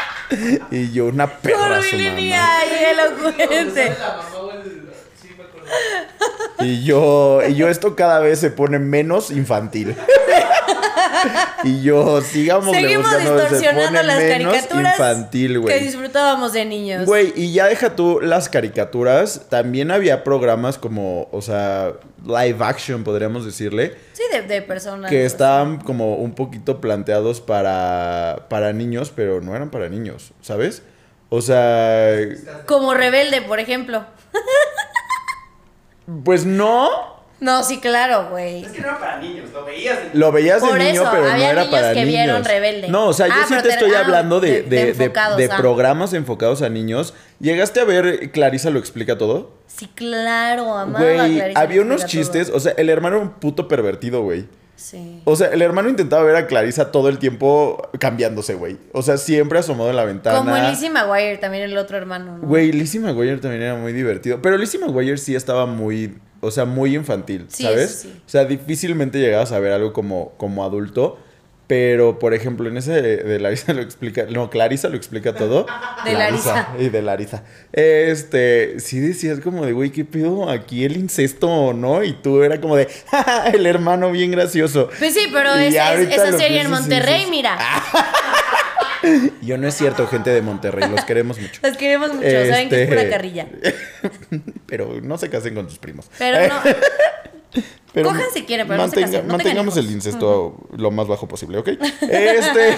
[SPEAKER 2] y yo una perra a su mamá.
[SPEAKER 1] Ay, elocuente.
[SPEAKER 3] La mamá o el... Sí, me acuerdo.
[SPEAKER 2] Y yo, y yo esto cada vez se pone menos infantil. Y yo, sigamos
[SPEAKER 1] Seguimos distorsionando las caricaturas
[SPEAKER 2] infantil, güey.
[SPEAKER 1] que disfrutábamos de niños.
[SPEAKER 2] Güey, y ya deja tú las caricaturas, también había programas como, o sea, live action, podríamos decirle.
[SPEAKER 1] Sí, de, de personas.
[SPEAKER 2] Que estaban como un poquito planteados para, para niños, pero no eran para niños, ¿sabes? O sea...
[SPEAKER 1] Como Rebelde, por ejemplo.
[SPEAKER 2] Pues no...
[SPEAKER 1] No, sí, claro, güey.
[SPEAKER 3] Es que no era para niños, lo veías de
[SPEAKER 2] Lo veías de
[SPEAKER 1] Por
[SPEAKER 2] niño,
[SPEAKER 1] eso,
[SPEAKER 2] pero no
[SPEAKER 1] había
[SPEAKER 2] era
[SPEAKER 1] niños
[SPEAKER 2] para
[SPEAKER 1] que
[SPEAKER 2] niños.
[SPEAKER 1] vieron Rebelde.
[SPEAKER 2] No, o sea, yo
[SPEAKER 1] Ah,
[SPEAKER 2] sí
[SPEAKER 1] pero
[SPEAKER 2] te
[SPEAKER 1] te-
[SPEAKER 2] estoy
[SPEAKER 1] ah,
[SPEAKER 2] hablando de,
[SPEAKER 1] de-
[SPEAKER 2] de,
[SPEAKER 1] de
[SPEAKER 2] de-
[SPEAKER 1] enfocados,
[SPEAKER 2] de
[SPEAKER 1] ah.
[SPEAKER 2] programas enfocados a niños. ¿Llegaste a ver Clarisa lo explica todo?
[SPEAKER 1] Sí, claro, amaba
[SPEAKER 2] Güey,
[SPEAKER 1] Clarisa
[SPEAKER 2] había
[SPEAKER 1] lo
[SPEAKER 2] unos
[SPEAKER 1] explica
[SPEAKER 2] chistes,
[SPEAKER 1] todo.
[SPEAKER 2] o sea, el hermano era un puto pervertido, güey.
[SPEAKER 1] Sí.
[SPEAKER 2] O sea, el hermano intentaba ver a Clarisa todo el tiempo cambiándose, güey. O sea, siempre asomado en la ventana.
[SPEAKER 1] Como en Lizzie McGuire, también el otro hermano, ¿no?
[SPEAKER 2] Güey, Lizzie McGuire también era muy divertido. Pero Lizzie McGuire sí estaba muy, o sea, muy infantil,
[SPEAKER 1] Sí,
[SPEAKER 2] ¿sabes?
[SPEAKER 1] eso sí.
[SPEAKER 2] O sea, difícilmente llegabas a ver algo como, como adulto. Pero, por ejemplo, en ese de, de Larisa lo explica... No, Clarisa lo explica todo.
[SPEAKER 1] De Larisa.
[SPEAKER 2] Y de Larisa. Este, sí decías como de, güey, ¿qué pedo aquí el incesto, no? Y tú era como de, "Ja, el hermano bien gracioso.
[SPEAKER 1] Pues sí, pero
[SPEAKER 2] Y
[SPEAKER 1] es- es-
[SPEAKER 2] ahorita
[SPEAKER 1] esa
[SPEAKER 2] lo
[SPEAKER 1] serie en
[SPEAKER 2] piensas y
[SPEAKER 1] Monterrey,
[SPEAKER 2] dices,
[SPEAKER 1] mira.
[SPEAKER 2] Yo no es cierto, gente de Monterrey, los queremos mucho.
[SPEAKER 1] Los queremos mucho, saben que es pura
[SPEAKER 2] Este,
[SPEAKER 1] carrilla.
[SPEAKER 2] Pero no se casen con sus primos.
[SPEAKER 1] Pero no.
[SPEAKER 2] Pero
[SPEAKER 1] Cojan si quieren, pero no se
[SPEAKER 2] mantenga-
[SPEAKER 1] casen, no tengan
[SPEAKER 2] mantengamos
[SPEAKER 1] hijos.
[SPEAKER 2] el incesto lo más bajo posible, ¿ok? Este.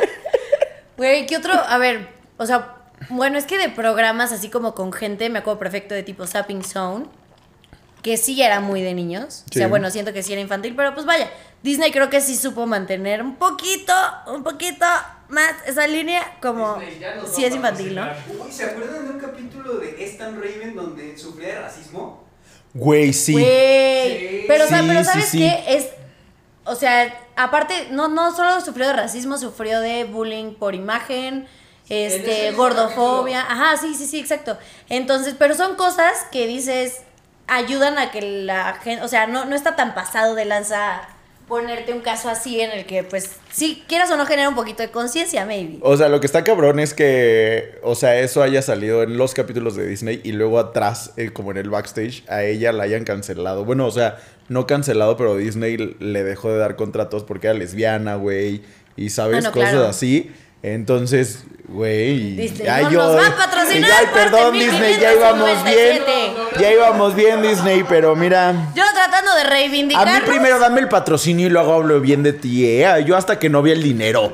[SPEAKER 1] Güey, ¿qué otro? A ver, o sea, bueno, es que de programas así como con gente, me acuerdo perfecto de tipo Zapping Zone, que sí era muy de niños. O sea,
[SPEAKER 2] Sí.
[SPEAKER 1] bueno, siento que sí era infantil, pero pues vaya, Disney creo que sí supo mantener un poquito, un poquito más esa línea como
[SPEAKER 3] Disney ya nos
[SPEAKER 1] sí
[SPEAKER 3] va
[SPEAKER 1] es
[SPEAKER 3] a
[SPEAKER 1] infantil, ¿no?
[SPEAKER 3] patrocinar. Uy, ¿se acuerdan de un capítulo de Stan Raven donde sufría de racismo?
[SPEAKER 2] Güey, sí.
[SPEAKER 1] Güey.
[SPEAKER 3] Sí.
[SPEAKER 1] Pero, o sea,
[SPEAKER 2] Sí,
[SPEAKER 1] pero
[SPEAKER 2] sí,
[SPEAKER 1] ¿sabes
[SPEAKER 2] sí.
[SPEAKER 1] qué? Es, o sea, aparte, no, no solo sufrió de racismo, sufrió de bullying por imagen,
[SPEAKER 3] En
[SPEAKER 1] este,
[SPEAKER 3] ese mismo
[SPEAKER 1] gordofobia.
[SPEAKER 3] capítulo.
[SPEAKER 1] Ajá, sí, sí, sí, exacto. Entonces, pero son cosas que dices, ayudan a que la gente, o sea, no, no está tan pasado de lanza ponerte un caso así en el que, pues, si quieras o no, genera un poquito de conciencia, maybe.
[SPEAKER 2] O sea, lo que está cabrón es que, o sea, eso haya salido en los capítulos de Disney y luego atrás, eh, como en el backstage, a ella la hayan cancelado. Bueno, o sea, no cancelado, pero Disney le dejó de dar contratos porque era lesbiana, güey, y sabes,
[SPEAKER 1] Ah, no,
[SPEAKER 2] cosas
[SPEAKER 1] claro.
[SPEAKER 2] así. Entonces, güey,
[SPEAKER 1] Disney,
[SPEAKER 2] ya
[SPEAKER 1] no
[SPEAKER 2] yo...
[SPEAKER 1] nos va a patrocinar,
[SPEAKER 2] Ay,
[SPEAKER 1] parte
[SPEAKER 2] perdón,
[SPEAKER 1] mil
[SPEAKER 2] Disney, ya
[SPEAKER 1] quinientos
[SPEAKER 2] íbamos bien.
[SPEAKER 1] cincuenta y siete.
[SPEAKER 2] Ya íbamos bien, Disney, pero mira...
[SPEAKER 1] Yo tratando de
[SPEAKER 2] A
[SPEAKER 1] reivindicar.
[SPEAKER 2] mí primero dame el patrocinio y luego hablo bien de ti, ¿eh? Yo hasta que no vi el dinero.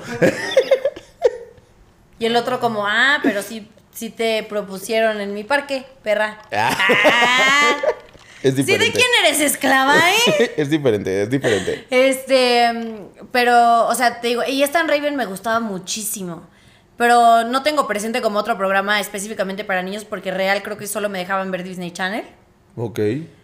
[SPEAKER 1] Y el otro como, ah, pero sí, sí te propusieron en mi parque, perra.
[SPEAKER 2] Ah.
[SPEAKER 1] Ah.
[SPEAKER 2] Es
[SPEAKER 1] ¿Sí
[SPEAKER 2] diferente.
[SPEAKER 1] de quién eres esclava, eh?
[SPEAKER 2] Es diferente, es diferente.
[SPEAKER 1] Este, mm, pero, o sea, te digo, y Stan Raven me gustaba muchísimo. Pero no tengo presente como otro programa específicamente para niños porque real creo que solo me dejaban ver Disney Channel.
[SPEAKER 2] Ok.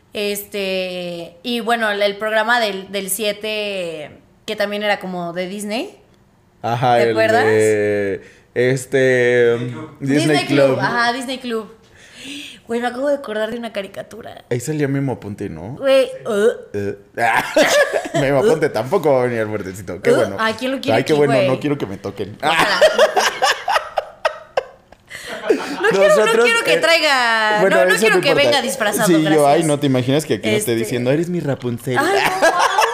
[SPEAKER 1] Este, y bueno, el, el programa del, del siete, que también era como de Disney.
[SPEAKER 2] Ajá,
[SPEAKER 1] ¿Te
[SPEAKER 2] el
[SPEAKER 1] acuerdas?
[SPEAKER 2] de... Este...
[SPEAKER 3] Disney Club.
[SPEAKER 2] Disney, Club.
[SPEAKER 1] Ajá, Disney Club. Güey, me acabo de acordar de una caricatura.
[SPEAKER 2] Ahí salía Memo Aponte, ¿no?
[SPEAKER 1] Güey, uh,
[SPEAKER 2] Eh. Memo Aponte tampoco va a venir al muertecito. Qué
[SPEAKER 1] Uh,
[SPEAKER 2] bueno.
[SPEAKER 1] ay, ¿quién lo quiere
[SPEAKER 2] Ay, qué
[SPEAKER 1] aquí,
[SPEAKER 2] bueno,
[SPEAKER 1] güey?
[SPEAKER 2] no quiero que me toquen.
[SPEAKER 1] ojalá. No quiero, no
[SPEAKER 2] Nosotros,
[SPEAKER 1] quiero que
[SPEAKER 2] eh,
[SPEAKER 1] traiga.
[SPEAKER 2] bueno,
[SPEAKER 1] no, no
[SPEAKER 2] eso
[SPEAKER 1] quiero que
[SPEAKER 2] importa.
[SPEAKER 1] venga disfrazado.
[SPEAKER 2] Sí,
[SPEAKER 1] gracias.
[SPEAKER 2] yo, ay, no te imaginas que aquí me esté
[SPEAKER 1] Este-
[SPEAKER 2] diciendo, eres mi Rapunzel.
[SPEAKER 1] ¡Ay, no!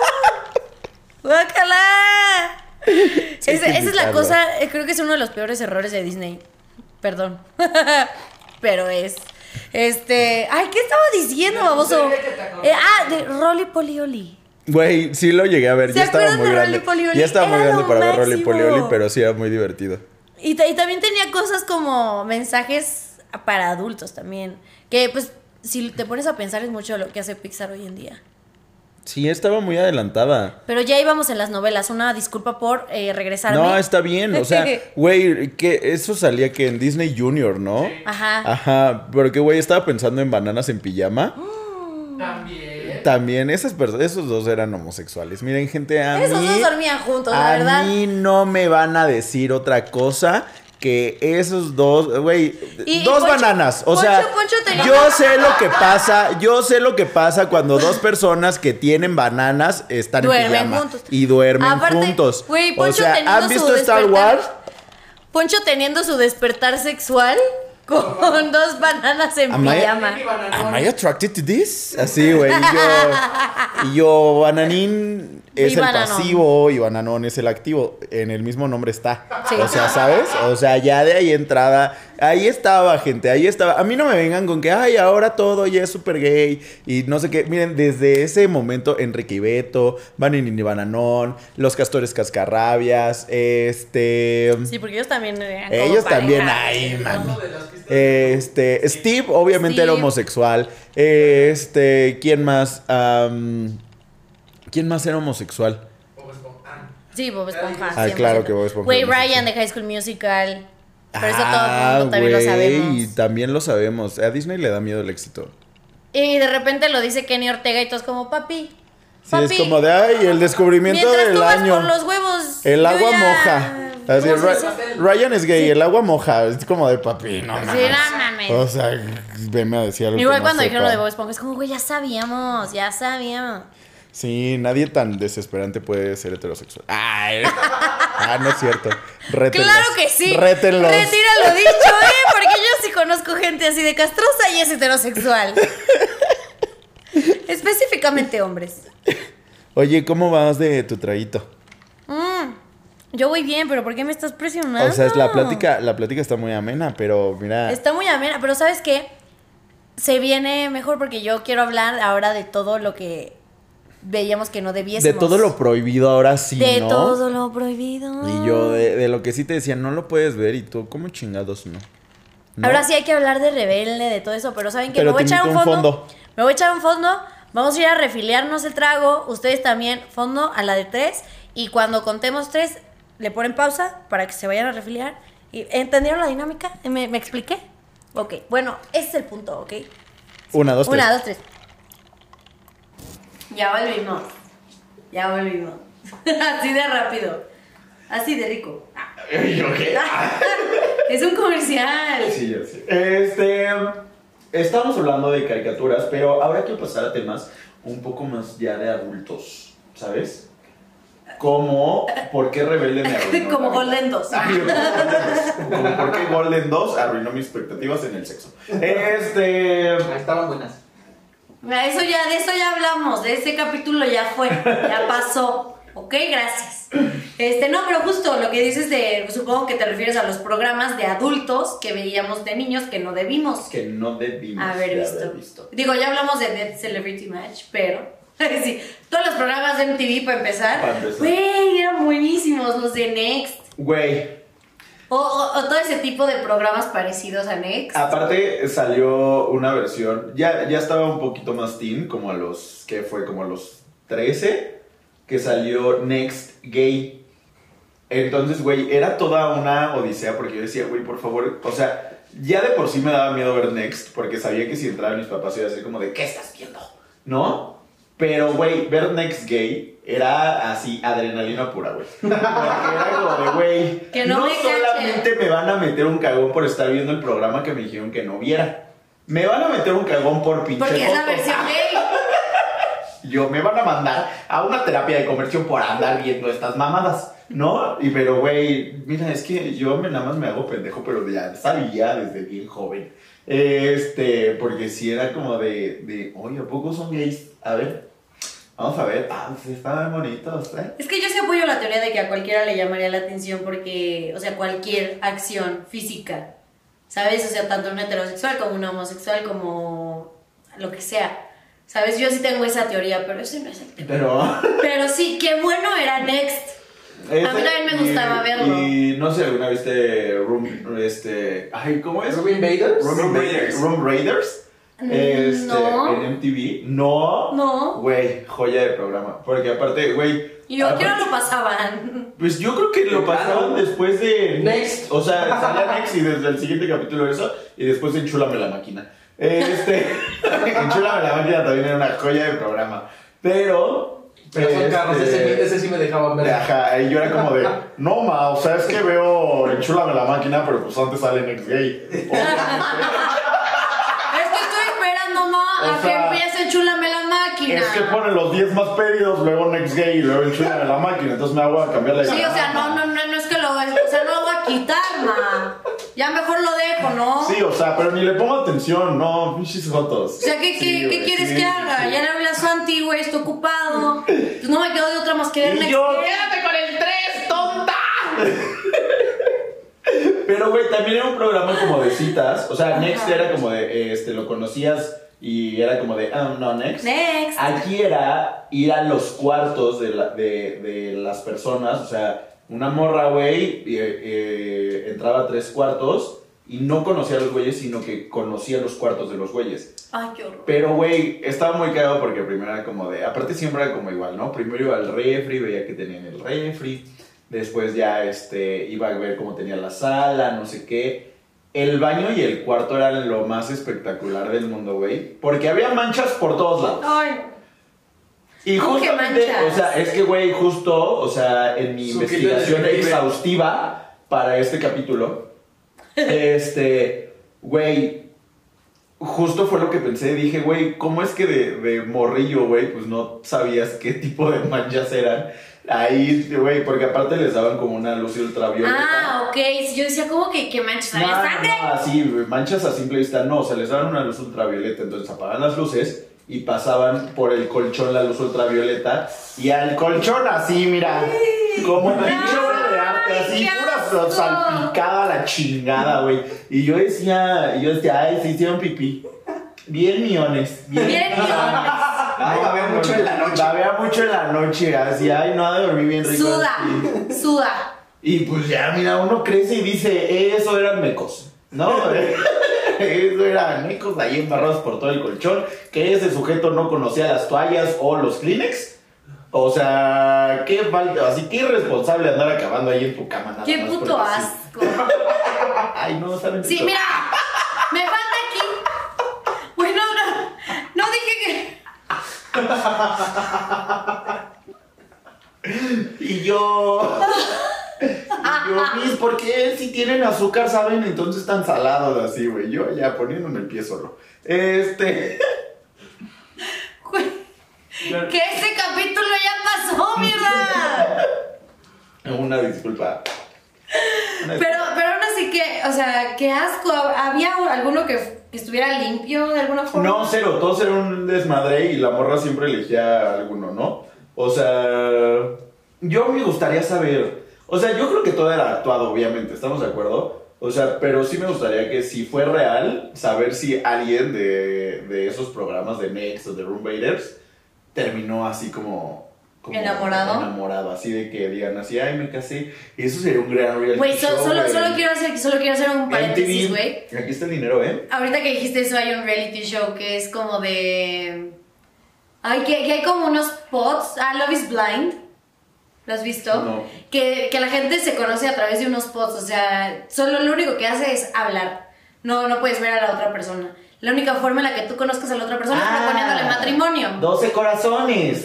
[SPEAKER 1] ¡Guácala!
[SPEAKER 2] Sí,
[SPEAKER 1] Ese-
[SPEAKER 2] hay que
[SPEAKER 1] esa es la
[SPEAKER 2] invitarlo.
[SPEAKER 1] cosa, eh, creo que es uno de los peores errores de Disney. Perdón. Pero es. Este. Ay, ¿qué estaba diciendo,
[SPEAKER 3] La
[SPEAKER 1] baboso?
[SPEAKER 3] serie que te acordaste.
[SPEAKER 1] Eh, ah, de Rolly Polioli.
[SPEAKER 2] Güey, sí lo llegué a ver,
[SPEAKER 1] ¿Se
[SPEAKER 2] ya estaba
[SPEAKER 1] acuerdan
[SPEAKER 2] muy
[SPEAKER 1] de
[SPEAKER 2] grande.
[SPEAKER 1] Rolly Polioli?
[SPEAKER 2] Ya estaba muy
[SPEAKER 1] Era
[SPEAKER 2] grande
[SPEAKER 1] lo
[SPEAKER 2] para ver Rolly
[SPEAKER 1] máximo.
[SPEAKER 2] Polioli, pero sí era muy divertido.
[SPEAKER 1] Y, ta- y también tenía cosas como mensajes para adultos también. Que pues, si te pones a pensar, es mucho lo que hace Pixar hoy en día.
[SPEAKER 2] Sí, estaba muy adelantada.
[SPEAKER 1] Pero ya íbamos en las novelas. Una disculpa por eh, regresarme.
[SPEAKER 2] No, está bien, o sea, güey, que eso salía que en Disney Junior, ¿no?
[SPEAKER 1] Ajá.
[SPEAKER 2] Ajá, porque güey, estaba pensando en Bananas en Pijama.
[SPEAKER 3] También.
[SPEAKER 2] También esas personas, esos dos eran homosexuales. Miren, gente, a
[SPEAKER 1] Esos
[SPEAKER 2] mí
[SPEAKER 1] dos dormían juntos, la
[SPEAKER 2] a
[SPEAKER 1] verdad.
[SPEAKER 2] mí no me van a decir otra cosa que esos dos, güey,
[SPEAKER 1] Y- y
[SPEAKER 2] dos
[SPEAKER 1] Poncho-
[SPEAKER 2] bananas. O
[SPEAKER 1] Poncho-
[SPEAKER 2] sea,
[SPEAKER 1] Poncho tenía-
[SPEAKER 2] yo sé lo que pasa, yo sé lo que pasa cuando dos personas que tienen bananas están
[SPEAKER 1] Duermen
[SPEAKER 2] en pijama
[SPEAKER 1] juntos.
[SPEAKER 2] y duermen
[SPEAKER 1] Aparte,
[SPEAKER 2] juntos.
[SPEAKER 1] güey,
[SPEAKER 2] O
[SPEAKER 1] Poncho
[SPEAKER 2] sea,
[SPEAKER 1] teniendo
[SPEAKER 2] ¿han
[SPEAKER 1] su
[SPEAKER 2] visto Star
[SPEAKER 1] despertar-
[SPEAKER 2] Wars?
[SPEAKER 1] Poncho teniendo su despertar sexual con dos bananas en
[SPEAKER 2] Am I-
[SPEAKER 1] pijama.
[SPEAKER 2] Am I attracted to this? Así, güey. Y yo, y yo, bananín, es
[SPEAKER 1] Y
[SPEAKER 2] el
[SPEAKER 1] Bananón.
[SPEAKER 2] pasivo y Bananón es el activo. En el mismo nombre está.
[SPEAKER 1] Sí.
[SPEAKER 2] O sea, ¿sabes? O sea, ya de ahí entrada. Ahí estaba, gente. Ahí estaba. A mí no me vengan con que, ay, ahora todo ya es súper gay. Y no sé qué. Miren, desde ese momento, Enrique y Beto, Bananón y Bananón, Los Castores Cascarrabias, este.
[SPEAKER 1] Sí, porque ellos también eran como
[SPEAKER 2] Ellos también,
[SPEAKER 1] pareja.
[SPEAKER 2] ay, mami.
[SPEAKER 3] Uno de las pistas de-
[SPEAKER 2] Este, Steve obviamente era
[SPEAKER 1] Steve.
[SPEAKER 2] homosexual. Este, ¿quién más? Am, ¿Quién más era homosexual?
[SPEAKER 3] Bob Esponja.
[SPEAKER 1] Sí, Bob Esponja.
[SPEAKER 2] Ah,
[SPEAKER 1] cien por ciento.
[SPEAKER 2] claro que Bob Esponja
[SPEAKER 1] Güey,
[SPEAKER 2] era homosexual.
[SPEAKER 1] Ryan de High School Musical. Pero eso
[SPEAKER 2] Ah,
[SPEAKER 1] todo el mundo también lo
[SPEAKER 2] güey,
[SPEAKER 1] sabemos.
[SPEAKER 2] también lo sabemos. A Disney le da miedo el éxito.
[SPEAKER 1] Y de repente lo dice Kenny Ortega y todos como, papi.
[SPEAKER 2] Sí,
[SPEAKER 1] papi,
[SPEAKER 2] es como de, ay, el descubrimiento
[SPEAKER 1] mientras
[SPEAKER 2] del
[SPEAKER 1] tú vas
[SPEAKER 2] año.
[SPEAKER 1] por los huevos.
[SPEAKER 2] El
[SPEAKER 1] yo
[SPEAKER 2] agua
[SPEAKER 1] ya-
[SPEAKER 2] moja. Así,
[SPEAKER 1] ¿Cómo se
[SPEAKER 2] Ra-
[SPEAKER 1] dice?
[SPEAKER 2] Ryan es gay, el agua moja. Es como de papi, no
[SPEAKER 1] Sí,
[SPEAKER 2] mames.
[SPEAKER 1] no mames.
[SPEAKER 2] O sea, venme a decir algo que
[SPEAKER 1] Igual
[SPEAKER 2] no
[SPEAKER 1] cuando dijeron lo
[SPEAKER 2] sepa.
[SPEAKER 1] de Bob Esponja, es como, güey, ya sabíamos, ya sabíamos.
[SPEAKER 2] Sí, nadie tan desesperante puede ser heterosexual. Ay. Ah, no es cierto. Rétenlos.
[SPEAKER 1] Claro que sí.
[SPEAKER 2] Rétenlos.
[SPEAKER 1] Retira lo dicho, ¿eh? Porque yo sí conozco gente así de castrosa y es heterosexual. Específicamente hombres.
[SPEAKER 2] Oye, ¿cómo vas de tu traguito?
[SPEAKER 1] Mm, yo voy bien, pero ¿por qué me estás presionando?
[SPEAKER 2] O sea, es la plática, la plática está muy amena, pero mira.
[SPEAKER 1] Está muy amena, pero ¿sabes qué? Se viene mejor porque yo quiero hablar ahora de todo lo que veíamos que no debiésemos.
[SPEAKER 2] De todo lo prohibido ahora sí,
[SPEAKER 1] De
[SPEAKER 2] ¿no?
[SPEAKER 1] todo lo prohibido.
[SPEAKER 2] Y yo de, de lo que sí te decía, no lo puedes ver y tú, ¿cómo chingados no? ¿No?
[SPEAKER 1] Ahora sí hay que hablar de rebelde, de todo eso, pero ¿saben qué?
[SPEAKER 2] Pero
[SPEAKER 1] Me voy a
[SPEAKER 2] te
[SPEAKER 1] echar un
[SPEAKER 2] invito a
[SPEAKER 1] fondo,
[SPEAKER 2] un fondo.
[SPEAKER 1] Me voy a echar un fondo. Vamos a ir a refiliarnos el trago. Ustedes también, fondo a la de tres. Y cuando contemos tres, le ponen pausa para que se vayan a refiliar. ¿Y ¿Entendieron la dinámica? ¿Me, me expliqué? Ok, bueno, ese es el punto, ¿ok?
[SPEAKER 2] Una, dos, tres.
[SPEAKER 1] Una, dos, tres. Ya volvimos. Ya volvimos. Así de rápido. Así de rico. Es un comercial.
[SPEAKER 2] Sí, ya sé. Este. Estamos hablando de caricaturas, pero ahora quiero pasar a temas un poco más ya de adultos, ¿sabes? Como ¿por qué Rebelde me arruinó?
[SPEAKER 1] Como
[SPEAKER 2] la vida?
[SPEAKER 1] Golden dos.
[SPEAKER 2] Ay, como ¿por qué Golden dos arruinó mis expectativas en el sexo? Este.
[SPEAKER 3] Ah, estaban buenas.
[SPEAKER 1] Eso ya, de eso ya hablamos, de ese capítulo ya fue, ya pasó. Ok, gracias. Este, no, pero justo lo que dices de, supongo que te refieres a los programas de adultos que veíamos de niños que no debimos
[SPEAKER 2] Que no debimos
[SPEAKER 1] haber
[SPEAKER 2] de
[SPEAKER 1] visto.
[SPEAKER 2] haber visto.
[SPEAKER 1] Digo, ya hablamos de Dead Celebrity Match, pero sí, todos los programas de M T V para empezar,
[SPEAKER 2] Para empezar.
[SPEAKER 1] güey, eran buenísimos los de Next.
[SPEAKER 2] Güey.
[SPEAKER 1] O, o, o todo ese tipo de programas parecidos a Next.
[SPEAKER 2] Aparte salió una versión, ya, ya estaba un poquito más teen, como a los, ¿qué fue? Como a los trece, que salió Next Gay. Entonces, güey, era toda una odisea porque yo decía, güey, por favor, o sea, ya de por sí me daba miedo ver Next porque sabía que si entraban mis papás iba a ser como de, ¿qué estás viendo? ¿No? Pero, güey, ver Next Gay era así, adrenalina pura, güey. Porque era como de, güey,
[SPEAKER 1] Que no
[SPEAKER 2] no
[SPEAKER 1] me
[SPEAKER 2] solamente me van a meter un cagón por estar viendo el programa que me dijeron que no viera. Me van a meter un cagón por pinche
[SPEAKER 1] Porque es la
[SPEAKER 2] foto.
[SPEAKER 1] versión gay.
[SPEAKER 2] Yo me van a mandar a una terapia de conversión por andar viendo estas mamadas, ¿no? Y pero, güey, mira, es que yo me, nada más me hago pendejo, pero ya sabía desde bien joven. Este, porque si era como de, de, oye, ¿a poco son gays? A ver, vamos a ver. Ah, pues estaban bonitos, ¿eh?
[SPEAKER 1] Es que yo sí apoyo la teoría de que a cualquiera le llamaría la atención porque, o sea, cualquier acción física, ¿sabes? O sea, tanto una heterosexual como una homosexual, como lo que sea. ¿Sabes? Yo sí tengo esa teoría, pero ese no es el tema.
[SPEAKER 2] Pero...
[SPEAKER 1] Pero sí, qué bueno era Next. A mí también me gustaba
[SPEAKER 2] y,
[SPEAKER 1] verlo.
[SPEAKER 2] Y no sé, ¿alguna viste Room, este, ay, ¿cómo es?
[SPEAKER 3] ¿Room Invaders?
[SPEAKER 2] Room,
[SPEAKER 3] Room
[SPEAKER 2] Invaders.
[SPEAKER 3] Raiders.
[SPEAKER 2] Room Raiders. Este,
[SPEAKER 1] No.
[SPEAKER 2] en M T V. No.
[SPEAKER 1] No.
[SPEAKER 2] Güey, joya de programa. Porque aparte, güey.
[SPEAKER 1] Y yo,
[SPEAKER 2] aparte-
[SPEAKER 1] ¿qué hora lo pasaban?
[SPEAKER 2] Pues yo creo que lo pasaban después de
[SPEAKER 3] Next.
[SPEAKER 2] O sea, salía Next y desde el siguiente capítulo eso. Y después de Enchúlame la máquina. Este. Enchúlame la máquina también era una joya de programa. Pero.
[SPEAKER 3] Pero son
[SPEAKER 2] este,
[SPEAKER 3] carros, ese, ese sí me dejaban ver.
[SPEAKER 2] Ajá, y yo era como de, no ma, o sea, es que veo Enchúlame la máquina, pero pues antes sale Next Gay.
[SPEAKER 1] Es que estoy esperando, ma,
[SPEAKER 2] O
[SPEAKER 1] a que
[SPEAKER 2] sea,
[SPEAKER 1] empiece Enchúlame la máquina.
[SPEAKER 2] Es que ponen los diez más pedidos, luego Next Gay y luego Enchúlame la máquina, entonces me hago a cambiar la
[SPEAKER 1] Sí, o sea, no, no, no, no es que lo, o sea, no lo voy a quitar, ma. Ya mejor lo dejo, ¿no?
[SPEAKER 2] Sí, o sea, pero ni le pongo atención, no, pinches fotos.
[SPEAKER 1] O sea, ¿qué, qué,
[SPEAKER 2] Sí,
[SPEAKER 1] ¿qué
[SPEAKER 2] güey,
[SPEAKER 1] quieres
[SPEAKER 2] sí,
[SPEAKER 1] que haga?
[SPEAKER 2] sí.
[SPEAKER 1] Ya le hablé a Santi, güey, estoy ocupado. Pues no me quedo de otra más que ver
[SPEAKER 2] Y
[SPEAKER 1] Next
[SPEAKER 2] yo,
[SPEAKER 1] Gen.
[SPEAKER 2] quédate con el tres, tonta. Pero, güey, también era un programa como de citas. O sea, Next
[SPEAKER 1] Ajá.
[SPEAKER 2] era como de, este, lo conocías y era como de, ah, no, Next.
[SPEAKER 1] Next.
[SPEAKER 2] Aquí era ir a los cuartos de, la, de, de las personas. O sea, una morra, güey, eh, eh, entraba a tres cuartos y no conocía a los güeyes, sino que conocía los cuartos de los güeyes.
[SPEAKER 1] Ay, qué horror.
[SPEAKER 2] Pero, güey, estaba muy cagado porque primero era como de... Aparte siempre era como igual, ¿no? Primero iba al refri, veía que tenían el refri. Después ya este, iba a ver cómo tenía la sala, no sé qué. El baño y el cuarto eran lo más espectacular del mundo, güey. Porque había manchas por todos lados.
[SPEAKER 1] Ay.
[SPEAKER 2] Y
[SPEAKER 1] ¿Cómo que
[SPEAKER 2] justamente,
[SPEAKER 1] manchas?
[SPEAKER 2] o sea, es que, güey, justo, o sea, en mi
[SPEAKER 3] Su
[SPEAKER 2] investigación
[SPEAKER 3] kit de detective.
[SPEAKER 2] exhaustiva para este capítulo, este, güey, justo fue lo que pensé. Dije, güey, ¿cómo es que de, de morrillo, güey, pues no sabías qué tipo de manchas eran? Ahí, güey, porque aparte les daban como una luz ultravioleta.
[SPEAKER 1] Ah, ok. Yo decía, ¿cómo que, que manchas?
[SPEAKER 2] No,
[SPEAKER 1] ¿Había
[SPEAKER 2] no,
[SPEAKER 1] sangre?
[SPEAKER 2] no, así, güey, manchas a simple vista, no, o sea, les daban una luz ultravioleta, entonces apagaban las luces y pasaban por el colchón la luz ultravioleta y al colchón así, mira, como pinche obra de arte, así,
[SPEAKER 1] qué
[SPEAKER 2] pura
[SPEAKER 1] asco.
[SPEAKER 2] salpicada la chingada, güey. Y yo decía, y yo decía, ay, se hicieron pipí. Bien millones, bien,
[SPEAKER 1] Bien millones.
[SPEAKER 4] Ay, babea mucho en la noche.
[SPEAKER 2] Babea mucho en la noche, así, ay, no ha de dormir bien rico.
[SPEAKER 1] Suda,
[SPEAKER 2] así.
[SPEAKER 1] suda.
[SPEAKER 2] Y pues ya, mira, uno crece y dice, eso eran mecos, ¿no? Eso eran mecos ahí embarrados por todo el colchón, que ese sujeto no conocía las toallas o los Kleenex. O sea, qué falta, así que irresponsable andar acabando ahí en tu cama nada
[SPEAKER 1] Qué
[SPEAKER 2] más
[SPEAKER 1] puto
[SPEAKER 2] porque sí.
[SPEAKER 1] asco.
[SPEAKER 2] Ay, no, saben.
[SPEAKER 1] Sí, mira, me falta aquí. Bueno, no, no dije que.
[SPEAKER 2] Y yo... Y yo, mis, ¿por qué si tienen azúcar saben entonces tan salados así, güey? Yo ya poniéndome el pie solo. Este...
[SPEAKER 1] Güey, que este capítulo ya pasó, mierda.
[SPEAKER 2] Una disculpa. Una disculpa.
[SPEAKER 1] Pero, pero aún así que, o sea, qué asco. ¿Había alguno que, que estuviera limpio de alguna forma?
[SPEAKER 2] No, cero, todos eran un desmadre y la morra siempre elegía alguno, ¿no? O sea, yo me gustaría saber, o sea, yo creo que todo era actuado, obviamente, ¿estamos de acuerdo? O sea, pero sí me gustaría que si fue real, saber si alguien de, de esos programas de Next o de Room Raiders terminó así como... como
[SPEAKER 1] ¿Enamorado?
[SPEAKER 2] Enamorado, así de que digan así, ay, me casé. Eso sería un gran reality
[SPEAKER 1] Güey, so-
[SPEAKER 2] show,
[SPEAKER 1] solo,
[SPEAKER 2] güey.
[SPEAKER 1] solo, quiero hacer, solo quiero hacer un paréntesis,
[SPEAKER 2] M T V,
[SPEAKER 1] güey.
[SPEAKER 2] aquí está el dinero, ¿eh?
[SPEAKER 1] Ahorita que dijiste eso, hay un reality show que es como de... Ay, que, que hay como unos pods. Ah, Love is Blind. ¿Lo has visto?
[SPEAKER 2] No.
[SPEAKER 1] Que, que la gente se conoce a través de unos pods. O sea, solo lo único que hace es hablar. No, no puedes ver a la otra persona. La única forma en la que tú conozcas a la otra persona es proponiéndole matrimonio.
[SPEAKER 2] doce corazones.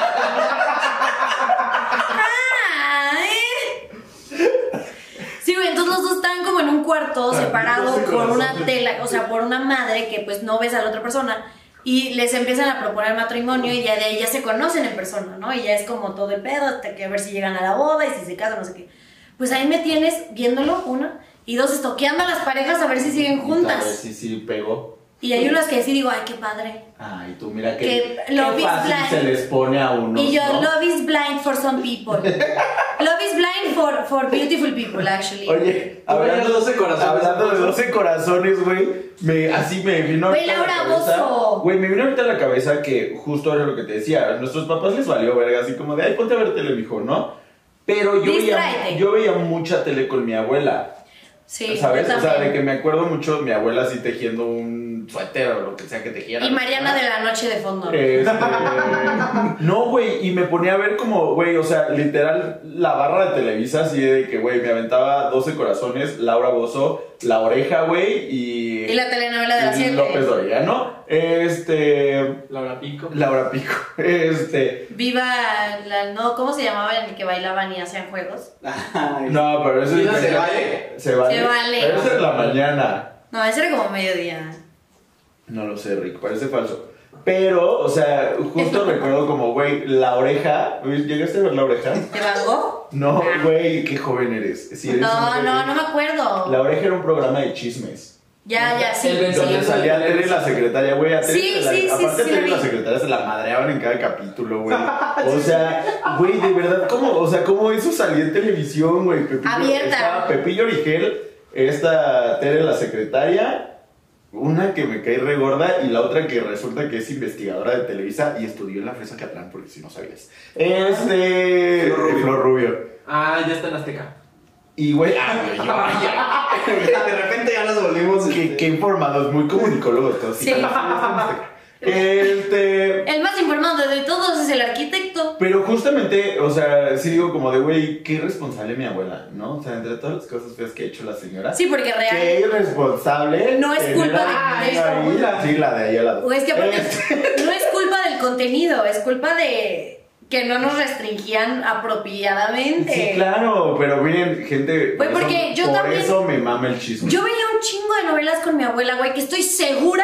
[SPEAKER 1] Ay. Sí, güey, entonces los dos están como en un cuarto separado
[SPEAKER 2] doce
[SPEAKER 1] por una
[SPEAKER 2] corazones.
[SPEAKER 1] tela, o sea, por una madre que pues no ves a la otra persona y les empiezan a proponer matrimonio y ya de ahí ya se conocen en persona, ¿no? Y ya es como todo el pedo hasta que a ver si llegan a la boda y si se casan, no sé qué. Pues ahí me tienes viéndolo, una, y dos, estoqueando a las parejas a ver si siguen
[SPEAKER 2] A ver
[SPEAKER 1] juntas.
[SPEAKER 2] si sí pegó.
[SPEAKER 1] Y hay unas que sí digo, ay, qué padre.
[SPEAKER 2] Ay, tú mira
[SPEAKER 1] Que
[SPEAKER 2] que, qué
[SPEAKER 1] love is
[SPEAKER 2] fácil
[SPEAKER 1] blind.
[SPEAKER 2] se les pone a uno.
[SPEAKER 1] Y yo,
[SPEAKER 2] ¿no?
[SPEAKER 1] love is blind for some people. Love is blind for, for beautiful people, actually.
[SPEAKER 2] Oye,
[SPEAKER 3] Tú veías doce corazones,
[SPEAKER 2] hablando de
[SPEAKER 3] entonces.
[SPEAKER 2] doce corazones, güey, me, así me vino
[SPEAKER 1] Güey,
[SPEAKER 2] ahorita a la
[SPEAKER 1] Laura
[SPEAKER 2] cabeza.
[SPEAKER 1] Bozzo.
[SPEAKER 2] Güey, me vino ahorita a la cabeza que justo era lo que te decía. A nuestros papás les valió verga, así como de, ay, ponte a ver tele, mijo, ¿no? Pero yo veía,
[SPEAKER 1] Distráete.
[SPEAKER 2] yo veía mucha tele con mi abuela.
[SPEAKER 1] Sí,
[SPEAKER 2] ¿Sabes?
[SPEAKER 1] yo
[SPEAKER 2] O sea, de
[SPEAKER 1] también.
[SPEAKER 2] que me acuerdo mucho de mi abuela así tejiendo un suéter o lo que sea que tejiera.
[SPEAKER 1] Y Mariana de la Noche de fondo.
[SPEAKER 2] Este, no, güey, y me ponía a ver como, güey, o sea, literal, la barra de Televisa, así de que, güey, me aventaba doce corazones, Laura Bozzo, La Oreja, güey, y...
[SPEAKER 1] Y la telenovela de la
[SPEAKER 2] y
[SPEAKER 1] siete.
[SPEAKER 2] López Dóriga, ¿no? Este...
[SPEAKER 3] Laura Pico.
[SPEAKER 2] Laura Pico, este...
[SPEAKER 1] Viva la... No, ¿cómo se llamaba en el que bailaban y hacían juegos?
[SPEAKER 4] Ay,
[SPEAKER 2] No, pero eso
[SPEAKER 4] ¿Vida
[SPEAKER 2] es...
[SPEAKER 4] se vale?
[SPEAKER 2] Se vale.
[SPEAKER 1] Se vale.
[SPEAKER 2] Pero eso es la mañana.
[SPEAKER 1] No, ese era como mediodía.
[SPEAKER 2] No lo sé, Rick, parece falso. Pero, o sea, justo recuerdo como, güey, La Oreja. ¿Llegaste a ver La Oreja?
[SPEAKER 1] ¿De Van Gogh?
[SPEAKER 2] No,
[SPEAKER 1] Ah.
[SPEAKER 2] güey, qué joven eres. Si eres
[SPEAKER 1] No,
[SPEAKER 2] un bebé.
[SPEAKER 1] no, no me acuerdo.
[SPEAKER 2] La Oreja era un programa de chismes.
[SPEAKER 1] Ya, ya, sí.
[SPEAKER 3] El vencedor.
[SPEAKER 2] Donde
[SPEAKER 1] Sí.
[SPEAKER 2] salía Tere la secretaria, güey. A Tere
[SPEAKER 1] Sí,
[SPEAKER 2] se la-
[SPEAKER 1] sí, sí,
[SPEAKER 2] aparte
[SPEAKER 1] sí,
[SPEAKER 2] Tere
[SPEAKER 1] la
[SPEAKER 2] la
[SPEAKER 1] vi.
[SPEAKER 2] secretaria se la madreaban en cada capítulo, güey. O sea, güey, de verdad, ¿cómo? O sea, ¿cómo eso salía en televisión, güey? Pepillo,
[SPEAKER 1] Abierta.
[SPEAKER 2] estaba Pepillo Origel, esta Tere la secretaria, una que me cae re gorda y la otra que resulta que es investigadora de Televisa y estudió en la Fresa Catlán, porque si no sabías. Este...
[SPEAKER 3] Flor Rubio.
[SPEAKER 2] Flor Rubio.
[SPEAKER 3] Ah, ya está en Azteca.
[SPEAKER 2] Y, güey, ah, güey, yo, ya.
[SPEAKER 4] De repente ya nos volvimos.
[SPEAKER 2] Qué, qué informados, muy comunicólogos todos.
[SPEAKER 1] Sí.
[SPEAKER 2] Este...
[SPEAKER 1] El más informado de todos es el arquitecto.
[SPEAKER 2] Pero justamente, o sea, sí digo como de, güey, qué irresponsable mi abuela, ¿no? O sea, entre todas las cosas feas que ha hecho la señora.
[SPEAKER 1] Sí, porque real.
[SPEAKER 2] Qué irresponsable.
[SPEAKER 1] No es
[SPEAKER 2] tener
[SPEAKER 1] culpa
[SPEAKER 2] a
[SPEAKER 1] de-
[SPEAKER 2] mi abuela. Sí, la de ahí al lado.
[SPEAKER 1] O es que aparte
[SPEAKER 2] Este,
[SPEAKER 1] no es culpa del contenido, es culpa de que no nos restringían apropiadamente.
[SPEAKER 2] Sí, claro, pero miren, gente.
[SPEAKER 1] Güey,
[SPEAKER 2] por
[SPEAKER 1] porque
[SPEAKER 2] eso-
[SPEAKER 1] yo
[SPEAKER 2] por
[SPEAKER 1] también-
[SPEAKER 2] eso me mama el chisme.
[SPEAKER 1] Yo veía un chingo de novelas con mi abuela, güey, que estoy segura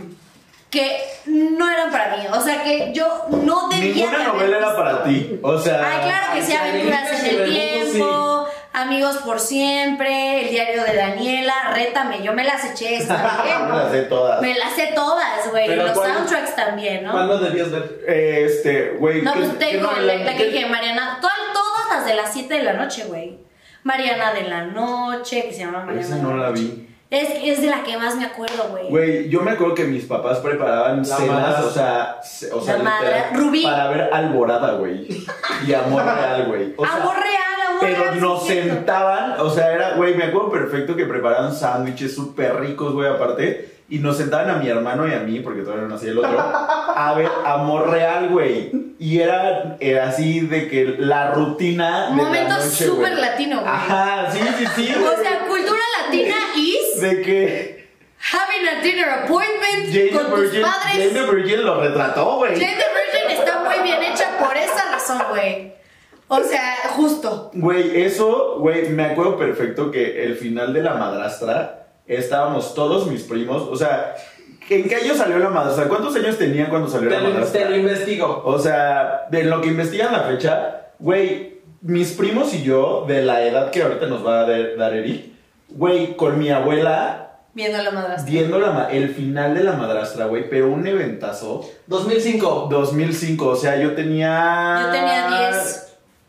[SPEAKER 1] que no eran para mí. O sea, que yo no debía...
[SPEAKER 2] Ninguna
[SPEAKER 1] de haber
[SPEAKER 2] novela era
[SPEAKER 1] visto.
[SPEAKER 2] para ti. O sea.
[SPEAKER 1] Ay, claro que sí,
[SPEAKER 3] Ay,
[SPEAKER 1] Aventuras en
[SPEAKER 3] sí,
[SPEAKER 1] el
[SPEAKER 3] sí,
[SPEAKER 1] Tiempo, Amigos por Siempre, El Diario de Daniela, Rétame, yo me las eché, está bien.
[SPEAKER 2] Me las sé todas.
[SPEAKER 1] Me las sé todas, güey, y
[SPEAKER 3] Pero
[SPEAKER 1] los
[SPEAKER 3] ¿cuál-
[SPEAKER 1] soundtracks también, ¿no?
[SPEAKER 3] ¿Cuándo debías ver?
[SPEAKER 2] Este, güey.
[SPEAKER 1] No,
[SPEAKER 2] ¿qué-
[SPEAKER 1] pues
[SPEAKER 2] qué
[SPEAKER 1] tengo
[SPEAKER 2] novela-
[SPEAKER 1] la, la que
[SPEAKER 2] qué-
[SPEAKER 1] dije, Mariana, todas, todas las de las siete de la noche, güey. Mariana de la Noche, que se llama Mariana
[SPEAKER 2] Esa
[SPEAKER 1] de
[SPEAKER 2] no
[SPEAKER 1] la
[SPEAKER 2] la
[SPEAKER 1] Noche.
[SPEAKER 2] vi.
[SPEAKER 1] Es, es de la que más me acuerdo, güey.
[SPEAKER 2] Güey, yo me acuerdo que mis papás preparaban
[SPEAKER 3] La
[SPEAKER 2] cenas,
[SPEAKER 3] madre.
[SPEAKER 2] o sea, se- o sea,
[SPEAKER 1] La madre.
[SPEAKER 2] literal,
[SPEAKER 1] Rubí.
[SPEAKER 2] para ver Alborada, güey. Y Amor Real, güey. O sea,
[SPEAKER 1] Amor real, amor
[SPEAKER 2] pero
[SPEAKER 1] real.
[SPEAKER 2] nos
[SPEAKER 1] sí, cierto.
[SPEAKER 2] sentaban, o sea, era, güey, me acuerdo perfecto que preparaban sándwiches súper ricos, güey, aparte. Y nos sentaban a mi hermano y a mí, porque todavía no nacía el otro, a ver Amor Real, güey. Y era, era así de que la rutina de
[SPEAKER 1] Momento
[SPEAKER 2] la noche,
[SPEAKER 1] súper
[SPEAKER 2] güey.
[SPEAKER 1] latino, güey.
[SPEAKER 2] Ajá, sí, sí, sí.
[SPEAKER 1] O
[SPEAKER 2] güey.
[SPEAKER 1] sea, cultura latina is
[SPEAKER 2] De que
[SPEAKER 1] having a dinner appointment
[SPEAKER 2] Jane
[SPEAKER 1] con
[SPEAKER 2] the
[SPEAKER 1] tus
[SPEAKER 2] Virgin,
[SPEAKER 1] padres.
[SPEAKER 2] Jane the Virgin lo retrató, güey.
[SPEAKER 1] Jane the Virgin está muy bien hecha por esa razón, güey. O sea, justo.
[SPEAKER 2] Güey, eso, güey, me acuerdo perfecto que el final de La Madrastra estábamos todos mis primos, o sea, ¿en qué año salió La Madrastra? ¿Cuántos años tenían cuando salió
[SPEAKER 3] Te
[SPEAKER 2] La
[SPEAKER 3] lo, te
[SPEAKER 2] Madrastra?
[SPEAKER 3] lo investigo.
[SPEAKER 2] O sea, de lo que investigan la fecha, güey, mis primos y yo, de la edad que ahorita nos va a dar dar Eric, güey, con mi abuela,
[SPEAKER 1] Viendo a la madrastra.
[SPEAKER 2] viendo la ma- el final de La Madrastra, güey, pero un eventazo,
[SPEAKER 3] dos mil cinco.
[SPEAKER 2] dos mil cinco, o sea, yo tenía...
[SPEAKER 1] Yo tenía diez.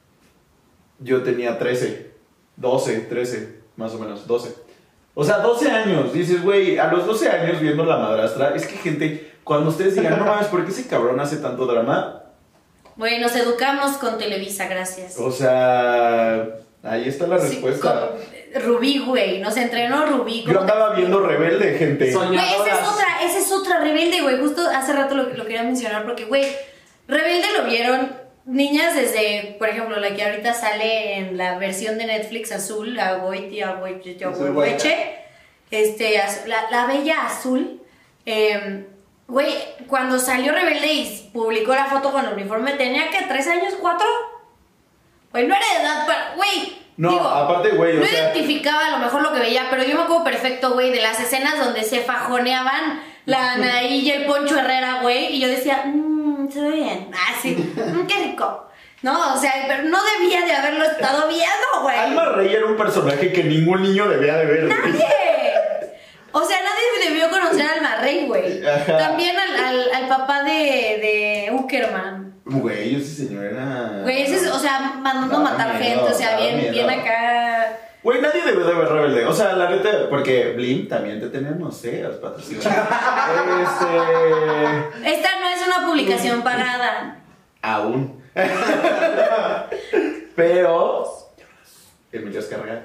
[SPEAKER 2] Yo tenía trece, doce, trece, más o menos, doce. O sea, doce años. Dices, güey, a los doce años viendo La Madrastra, es que gente, cuando ustedes digan, no mames, ¿por qué ese cabrón hace tanto drama?
[SPEAKER 1] Güey, nos educamos con Televisa, gracias.
[SPEAKER 2] O sea, ahí está la
[SPEAKER 1] Sí,
[SPEAKER 2] respuesta.
[SPEAKER 1] con Rubí, güey. Nos entrenó Rubí.
[SPEAKER 2] Yo
[SPEAKER 1] ¿cómo
[SPEAKER 2] andaba viendo Rebelde, gente.
[SPEAKER 3] Soy-
[SPEAKER 1] Güey, esa es
[SPEAKER 3] Soñadoras.
[SPEAKER 1] otra, esa es otra Rebelde, güey. Justo hace rato lo, lo quería mencionar porque, güey, Rebelde lo vieron niñas desde, por ejemplo, la que ahorita sale en la versión de Netflix azul, la Goiti,
[SPEAKER 4] Azul
[SPEAKER 1] Goiche, este, az- la, la Bella Azul. Eh, güey, cuando salió Rebelde y publicó la foto con el uniforme, tenía que tres años, cuatro. Güey, no era de edad para. Güey.
[SPEAKER 2] No,
[SPEAKER 1] digo,
[SPEAKER 2] aparte, güey, o
[SPEAKER 1] no
[SPEAKER 2] sea...
[SPEAKER 1] identificaba a lo mejor lo que veía, pero yo me acuerdo perfecto, güey, de las escenas donde se fajoneaban la Anaí y el Poncho Herrera, güey, y yo decía, mmm, se ve bien, ah, sí, mm, qué rico. No, o sea, pero no debía de haberlo estado viendo, güey.
[SPEAKER 2] Alma Rey era un personaje que ningún niño debía de ver. güey.
[SPEAKER 1] ¡Nadie! O sea, nadie debió conocer al Marrey, güey.
[SPEAKER 2] Ajá.
[SPEAKER 1] También al, al, al papá de, de Uckerman.
[SPEAKER 2] Güey, ese señor era...
[SPEAKER 1] Güey, ese es, o sea, mandando a
[SPEAKER 2] Daba
[SPEAKER 1] matar
[SPEAKER 2] miedo,
[SPEAKER 1] gente, o sea,
[SPEAKER 2] daba
[SPEAKER 1] bien,
[SPEAKER 2] miedo.
[SPEAKER 1] bien acá.
[SPEAKER 2] Güey, nadie debe de ver Rebelde. O sea, la neta, porque Blim también te tenemos, ¿eh? Los patrocinios. este.
[SPEAKER 1] Esta no es una publicación pagada.
[SPEAKER 2] Aún. Pero. Emilio Escarga.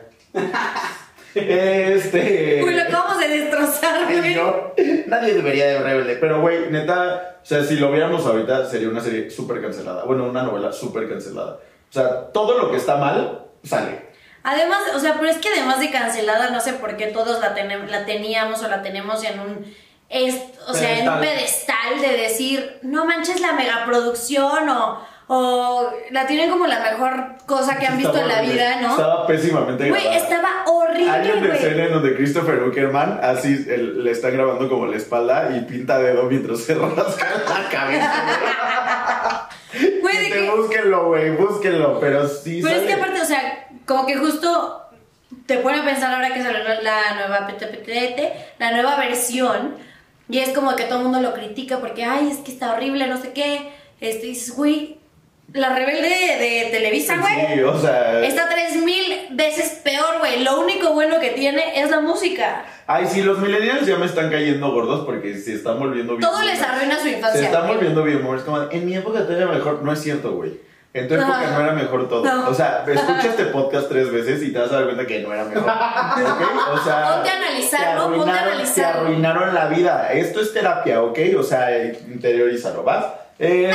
[SPEAKER 2] Este.
[SPEAKER 1] Uy, lo acabamos de destrozar, güey.
[SPEAKER 2] Yo, nadie debería de ver Rebelde. Pero, güey, neta. O sea, si lo viéramos ahorita, sería una serie súper cancelada. Bueno, una novela súper cancelada. O sea, todo lo que está mal sale.
[SPEAKER 1] Además, o sea, pero es que además de cancelada, no sé por qué todos la, tenem- la teníamos o la tenemos en un, est- o sea, en un pedestal de decir, no manches la megaproducción o, o la tienen como la mejor cosa que han visto
[SPEAKER 2] Estaba
[SPEAKER 1] en la
[SPEAKER 2] horrible.
[SPEAKER 1] vida, ¿no?
[SPEAKER 2] Estaba pésimamente
[SPEAKER 1] Güey,
[SPEAKER 2] grabada.
[SPEAKER 1] estaba horrible,
[SPEAKER 2] Hay una
[SPEAKER 1] güey.
[SPEAKER 2] escena en donde Christopher Uckerman así el- le está grabando como la espalda y pinta dedo mientras se rasca la cabeza.
[SPEAKER 1] Güey, de
[SPEAKER 2] Este,
[SPEAKER 1] que-
[SPEAKER 2] búsquenlo, güey, búsquenlo, pero sí
[SPEAKER 1] Pero es
[SPEAKER 2] sale.
[SPEAKER 1] que aparte, o sea, como que justo te pone a pensar ahora que salió la nueva P T P T T, la nueva versión, y es como que todo el mundo lo critica porque, ay, es que está horrible, no sé qué. Este, y dices, güey, la rebelde de, de Televisa, güey.
[SPEAKER 2] Sí, o sea.
[SPEAKER 1] Está tres mil veces peor, güey. Lo único bueno que tiene es la música.
[SPEAKER 2] Ay, sí, los millennials ya me están cayendo gordos porque se están volviendo bien.
[SPEAKER 1] Todo les arruina su infancia.
[SPEAKER 2] Se están
[SPEAKER 1] güey.
[SPEAKER 2] volviendo bien boomers. Como, en mi época todo era mejor. No es cierto, güey. En tu época
[SPEAKER 1] No.
[SPEAKER 2] no era mejor todo.
[SPEAKER 1] No.
[SPEAKER 2] O sea, escucha este podcast tres veces y te vas a dar cuenta que no era mejor. ¿Ok? O sea,
[SPEAKER 1] Ponte a analizarlo,
[SPEAKER 2] te
[SPEAKER 1] ponte a
[SPEAKER 2] arruinaron-
[SPEAKER 1] analizarlo.
[SPEAKER 2] Te arruinaron la vida. Esto es terapia, ¿ok? O sea, interiorízalo, ¿vas? Este...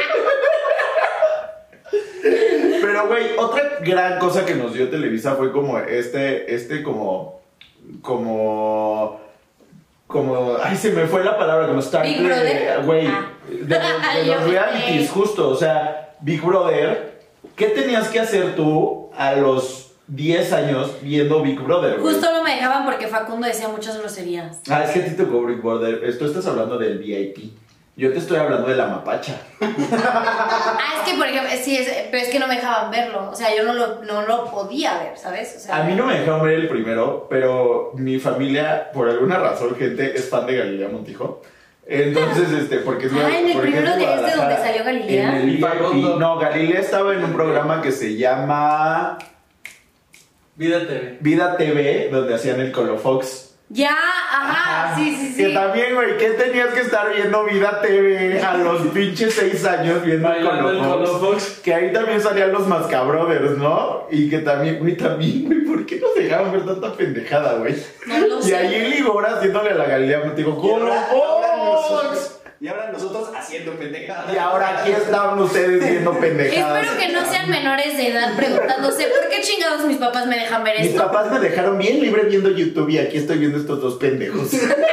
[SPEAKER 2] Pero, güey, otra gran cosa que nos dio Televisa fue como este, este como, como, como, ay, se me fue la palabra, como Star
[SPEAKER 1] Big Brother.
[SPEAKER 2] güey,
[SPEAKER 1] Ah.
[SPEAKER 2] de, los- de
[SPEAKER 1] Yo
[SPEAKER 2] los
[SPEAKER 1] sé.
[SPEAKER 2] realities, justo, o sea, Big Brother, ¿qué tenías que hacer tú a los diez años viendo Big Brother, güey?
[SPEAKER 1] Justo no me dejaban porque Facundo decía muchas groserías.
[SPEAKER 2] Ah, es que a ti te tocó Big Brother, tú estás hablando del V I P. Yo te estoy hablando de la mapacha.
[SPEAKER 1] Ah, es que, por ejemplo, sí, es, pero es que no me dejaban verlo. O sea, yo no lo, no lo podía ver, ¿sabes? O sea,
[SPEAKER 2] A mí no me dejaron ver el primero, pero mi familia, por alguna razón, gente, es fan de Galilea Montijo. Entonces, este, porque es
[SPEAKER 1] Ah, ¿en el
[SPEAKER 2] porque
[SPEAKER 1] primero
[SPEAKER 2] es
[SPEAKER 1] de este
[SPEAKER 2] Guadalajara.
[SPEAKER 1] donde salió Galilea?
[SPEAKER 2] En el
[SPEAKER 3] Y
[SPEAKER 2] V I P.
[SPEAKER 3] Facundo.
[SPEAKER 2] No, Galilea estaba en un programa que se llama
[SPEAKER 3] Vida T V.
[SPEAKER 2] Vida T V, donde hacían el Colofox.
[SPEAKER 1] ya, ajá,
[SPEAKER 2] Ajá.
[SPEAKER 1] sí, sí, sí.
[SPEAKER 2] Que también, güey, ¿qué tenías que estar viendo Vida T V a los pinches seis años viendo el
[SPEAKER 3] Bailando el
[SPEAKER 2] Colofox?
[SPEAKER 3] Colofox.
[SPEAKER 2] Que ahí también salían los Mascabrothers, ¿no? Y que también, güey, también, güey, ¿por qué nos dejaban ver tanta pendejada, güey?
[SPEAKER 1] No lo
[SPEAKER 2] Y
[SPEAKER 1] sé.
[SPEAKER 2] ahí en Ligora haciéndole a la Galilea, me digo,
[SPEAKER 4] Y ahora, ahora
[SPEAKER 2] ¡Colofox!
[SPEAKER 4] nosotros, y ahora nosotros haciendo pendejadas.
[SPEAKER 2] Y ahora aquí estaban ustedes viendo pendejadas.
[SPEAKER 1] Espero que no sean menores de edad preguntándose por qué chingados mis papás me dejan ver
[SPEAKER 2] Mis
[SPEAKER 1] esto.
[SPEAKER 2] papás me dejaron bien libre viendo YouTube y aquí estoy viendo estos dos pendejos.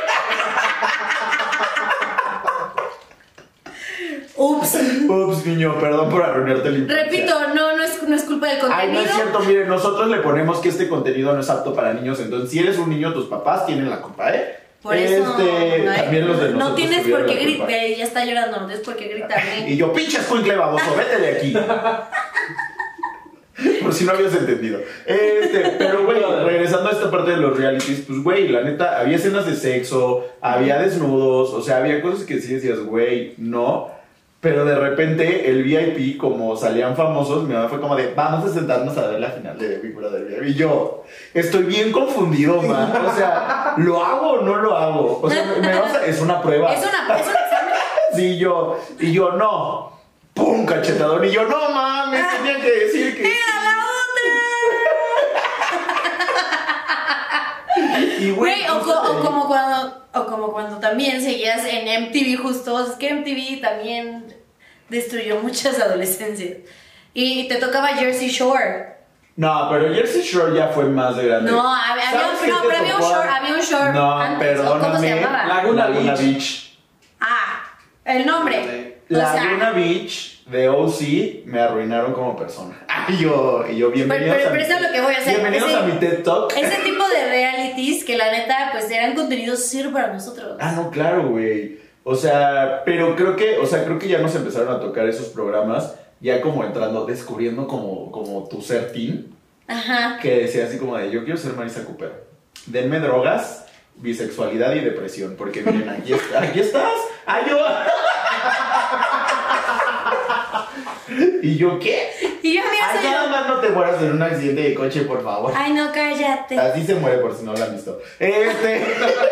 [SPEAKER 1] Ups.
[SPEAKER 2] Ups, niño, perdón por arruinarte la infancia.
[SPEAKER 1] Repito, no, no es, no es culpa del
[SPEAKER 2] Ay,
[SPEAKER 1] contenido.
[SPEAKER 2] no es cierto, miren, nosotros le ponemos que este contenido no es apto para niños, entonces si eres un niño, tus papás tienen la culpa, ¿eh?
[SPEAKER 1] Por eso.
[SPEAKER 2] Este,
[SPEAKER 1] no, hay-
[SPEAKER 2] también los de
[SPEAKER 1] no
[SPEAKER 2] nosotros
[SPEAKER 1] tienes
[SPEAKER 2] tuvieron
[SPEAKER 1] por qué
[SPEAKER 2] la culpa.
[SPEAKER 1] gritar. Ya está llorando, no tienes por qué gritarme.
[SPEAKER 2] Y yo, pinche escuincle baboso, vete de aquí. Por si no habías entendido. Este, pero güey, regresando a esta parte de los realities, pues güey, la neta, había escenas de sexo, había desnudos, o sea, había cosas que sí decías, güey, no. Pero de repente el V I P, como salían famosos, mi mamá fue como de, vamos a sentarnos a ver la final de Big Brother V I P. Y yo, estoy bien confundido, man. O sea, ¿lo hago o no lo hago? O sea, me vas a- es una prueba.
[SPEAKER 1] Es, una, es un examen.
[SPEAKER 2] Sí, yo, y yo, no. ¡Pum! Cachetadón. Y yo, no mames, tenía que decir que.
[SPEAKER 1] ¡Era la otra!
[SPEAKER 2] Y
[SPEAKER 1] Güey, o,
[SPEAKER 2] justo
[SPEAKER 1] co- o
[SPEAKER 2] ahí-
[SPEAKER 1] como cuando, o como cuando también seguías en M T V justo, es que M T V también destruyó muchas adolescencias. Y te tocaba Jersey Shore.
[SPEAKER 2] No, pero Jersey Shore ya fue más de grande.
[SPEAKER 1] No, había, había
[SPEAKER 2] ¿Sabes
[SPEAKER 1] un,
[SPEAKER 2] qué
[SPEAKER 1] no,
[SPEAKER 2] te
[SPEAKER 1] pero había un
[SPEAKER 2] tocó?
[SPEAKER 1] shore, había un shore
[SPEAKER 2] No,
[SPEAKER 1] antes, ¿o ¿cómo se
[SPEAKER 2] perdóname.
[SPEAKER 1] llamaba?
[SPEAKER 3] Laguna
[SPEAKER 2] Laguna
[SPEAKER 3] Beach.
[SPEAKER 2] Beach.
[SPEAKER 1] Ah, el nombre. O sea,
[SPEAKER 2] Laguna Beach de O C me arruinaron como persona. Y yo, y yo bienvenidos
[SPEAKER 1] pero-
[SPEAKER 2] a
[SPEAKER 1] pero
[SPEAKER 2] mi-
[SPEAKER 1] eso es lo que voy a hacer.
[SPEAKER 2] Bienvenidos
[SPEAKER 1] Ese-
[SPEAKER 2] a mi TED Talk.
[SPEAKER 1] ese tipo de realities que la neta pues eran contenidos cero para nosotros.
[SPEAKER 2] Ah, no, claro, güey. O sea, pero creo que, o sea, creo que ya nos empezaron a tocar esos programas, ya como entrando, descubriendo como, como tu ser teen,
[SPEAKER 1] Ajá.
[SPEAKER 2] que decía así como de, yo quiero ser Marisa Cooper. Denme drogas, bisexualidad y depresión, porque miren, aquí, está, aquí estás. ¡Ay, yo! ¿Y yo qué?
[SPEAKER 1] Y yo, mira,
[SPEAKER 2] Ay,
[SPEAKER 1] soy
[SPEAKER 2] nada
[SPEAKER 1] yo.
[SPEAKER 2] más no te mueras en un accidente de coche, por favor.
[SPEAKER 1] Ay, no, cállate.
[SPEAKER 2] Así se muere por si no lo han visto. Este...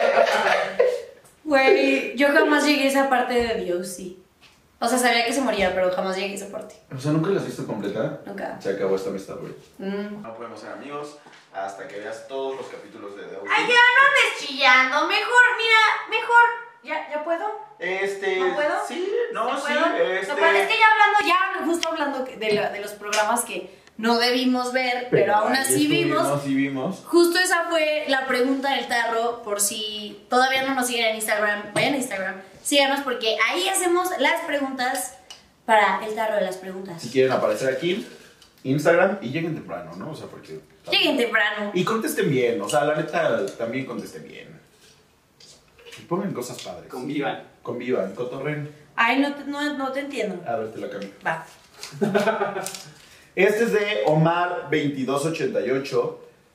[SPEAKER 1] Güey, yo jamás llegué a esa parte de The O C. O sea, sabía que se moría, pero jamás llegué a esa parte.
[SPEAKER 2] O sea, ¿nunca la has visto completa?
[SPEAKER 1] Nunca.
[SPEAKER 2] Se acabó esta amistad, güey.
[SPEAKER 1] Mm.
[SPEAKER 2] No podemos ser amigos hasta que veas todos los capítulos de The O C.
[SPEAKER 1] Ay, ya no andes chillando. Mejor, mira, mejor. ¿Ya, ya puedo?
[SPEAKER 2] Este...
[SPEAKER 1] ¿No puedo?
[SPEAKER 2] Sí, no,
[SPEAKER 1] ¿Sí
[SPEAKER 2] sí,
[SPEAKER 1] puedo?
[SPEAKER 2] este...
[SPEAKER 1] No, pero es que ya hablando, ya justo hablando que- de, la- de los programas que no debimos ver, pero, aún
[SPEAKER 2] ahí
[SPEAKER 1] así
[SPEAKER 2] estuvimos,
[SPEAKER 1] vimos.
[SPEAKER 2] Sí vimos.
[SPEAKER 1] Justo esa fue la pregunta del tarro, por si todavía no nos siguen en Instagram, vayan a Instagram, síganos porque ahí hacemos las preguntas para el tarro de las preguntas.
[SPEAKER 2] Si quieren aparecer aquí, Instagram, y lleguen temprano, ¿no? O sea, porque...
[SPEAKER 1] Lleguen temprano.
[SPEAKER 2] Y contesten bien, o sea, la neta, también contesten bien. Y pongan cosas padres.
[SPEAKER 4] Convivan.
[SPEAKER 2] Convivan, cotorren.
[SPEAKER 1] Ay, no, te- no, no te entiendo.
[SPEAKER 2] A ver, te la cambio.
[SPEAKER 1] Va.
[SPEAKER 2] Este es de Omar veintidós ochenta y ocho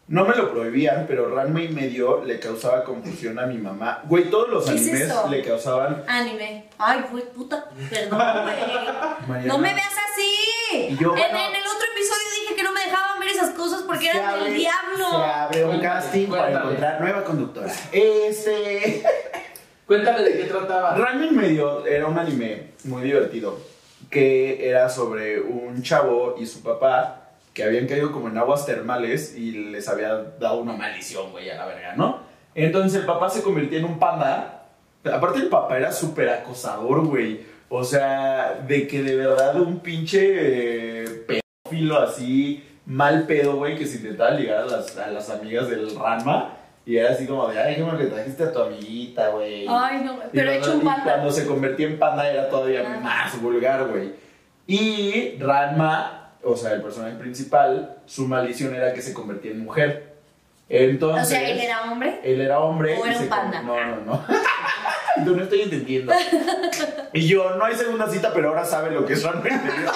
[SPEAKER 2] No me lo prohibían, pero Ranma y medio le causaba confusión a mi mamá. Güey, todos los
[SPEAKER 1] ¿Qué es
[SPEAKER 2] animes
[SPEAKER 1] eso?
[SPEAKER 2] le causaban...
[SPEAKER 1] Anime. Ay, güey, puta. Perdón, güey.
[SPEAKER 2] Mariana.
[SPEAKER 1] No me veas así.
[SPEAKER 2] Y yo,
[SPEAKER 1] en,
[SPEAKER 2] bueno,
[SPEAKER 1] en el otro episodio dije que no me dejaban ver esas cosas porque
[SPEAKER 2] Se
[SPEAKER 1] eran
[SPEAKER 2] abre-
[SPEAKER 1] del diablo.
[SPEAKER 2] Se abre un
[SPEAKER 3] Cuéntale,
[SPEAKER 2] casting para
[SPEAKER 3] cuéntale.
[SPEAKER 2] encontrar nueva conductora. Este...
[SPEAKER 3] Cuéntame de qué trataba.
[SPEAKER 2] Ranma y medio era un anime muy divertido que era sobre un chavo y su papá que habían caído como en aguas termales y les había dado una maldición, güey, a la verga, ¿no? Entonces el papá se convirtió en un panda. Aparte el papá era súper acosador, güey. O sea, de que de verdad un pinche eh, pedófilo así, mal pedo, güey, que se intentaba ligar a las, a las amigas del Ranma. Y era así como de, ay, qué mal que trajiste a tu amiguita, güey.
[SPEAKER 1] Ay, no,
[SPEAKER 2] Y
[SPEAKER 1] pero he
[SPEAKER 2] cuando-
[SPEAKER 1] hecho un
[SPEAKER 2] y
[SPEAKER 1] panda.
[SPEAKER 2] cuando se convertía en panda era todavía
[SPEAKER 1] Ah.
[SPEAKER 2] más vulgar, güey. Y Ranma, o sea, el personaje principal, su maldición era que se convertía en mujer. Entonces...
[SPEAKER 1] O sea, ¿él era hombre?
[SPEAKER 2] Él era hombre.
[SPEAKER 1] ¿O
[SPEAKER 2] y
[SPEAKER 1] era
[SPEAKER 2] se
[SPEAKER 1] un panda?
[SPEAKER 2] con- No, no, no. Yo no estoy entendiendo. Y yo, no hay segunda cita, pero ahora sabe lo que es Ranma y medio.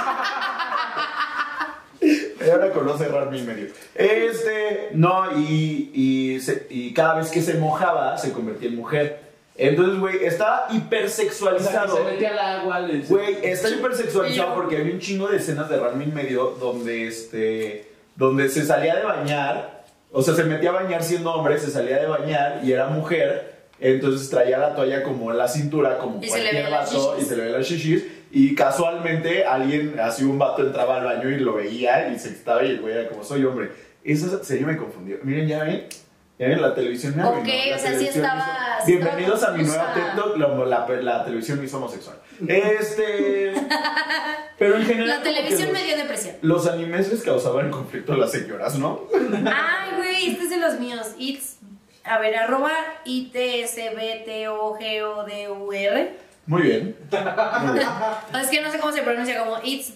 [SPEAKER 2] Y ahora conoce Ranma y medio. Este, no, y, y, se- y cada vez que se mojaba, se convertía en mujer. Entonces, güey, estaba
[SPEAKER 3] O sea, que
[SPEAKER 2] hipersexualizado.
[SPEAKER 3] se metía al agua, le
[SPEAKER 2] Güey, está hipersexualizado
[SPEAKER 1] Y yo-
[SPEAKER 2] porque había un chingo de escenas de Ranma y medio donde, este, donde se salía de bañar, o sea, se metía a bañar siendo hombre, se salía de bañar y era mujer, entonces traía la toalla como en la cintura, como
[SPEAKER 1] Y se le
[SPEAKER 2] cualquier
[SPEAKER 1] veían las
[SPEAKER 2] vato, y
[SPEAKER 1] shishis.
[SPEAKER 2] se le veía las shishis, y casualmente alguien, así un vato entraba al baño y lo veía y se excitaba y el güey era como, soy hombre. Esa serie me confundió. Miren, ya ven. Ya ven, la televisión me
[SPEAKER 1] Ok,
[SPEAKER 2] arruinó, la
[SPEAKER 1] o sea, sí
[SPEAKER 2] televisión
[SPEAKER 1] estaba-
[SPEAKER 2] hizo-
[SPEAKER 1] sí
[SPEAKER 2] Bienvenidos
[SPEAKER 1] estaba
[SPEAKER 2] a mi nueva
[SPEAKER 1] confusa.
[SPEAKER 2] TikTok, la, la, la televisión me hizo homosexual. Este... Pero en general...
[SPEAKER 1] La
[SPEAKER 2] como que
[SPEAKER 1] televisión
[SPEAKER 2] los-
[SPEAKER 1] me dio depresión.
[SPEAKER 2] Los animes les causaban conflicto a las señoras, ¿no?
[SPEAKER 1] Ay, güey, este es de los míos. It's, a ver, arroba I T S B T O G O D U R.
[SPEAKER 2] Muy bien. Muy bien.
[SPEAKER 1] Es que no sé cómo se pronuncia, como It's.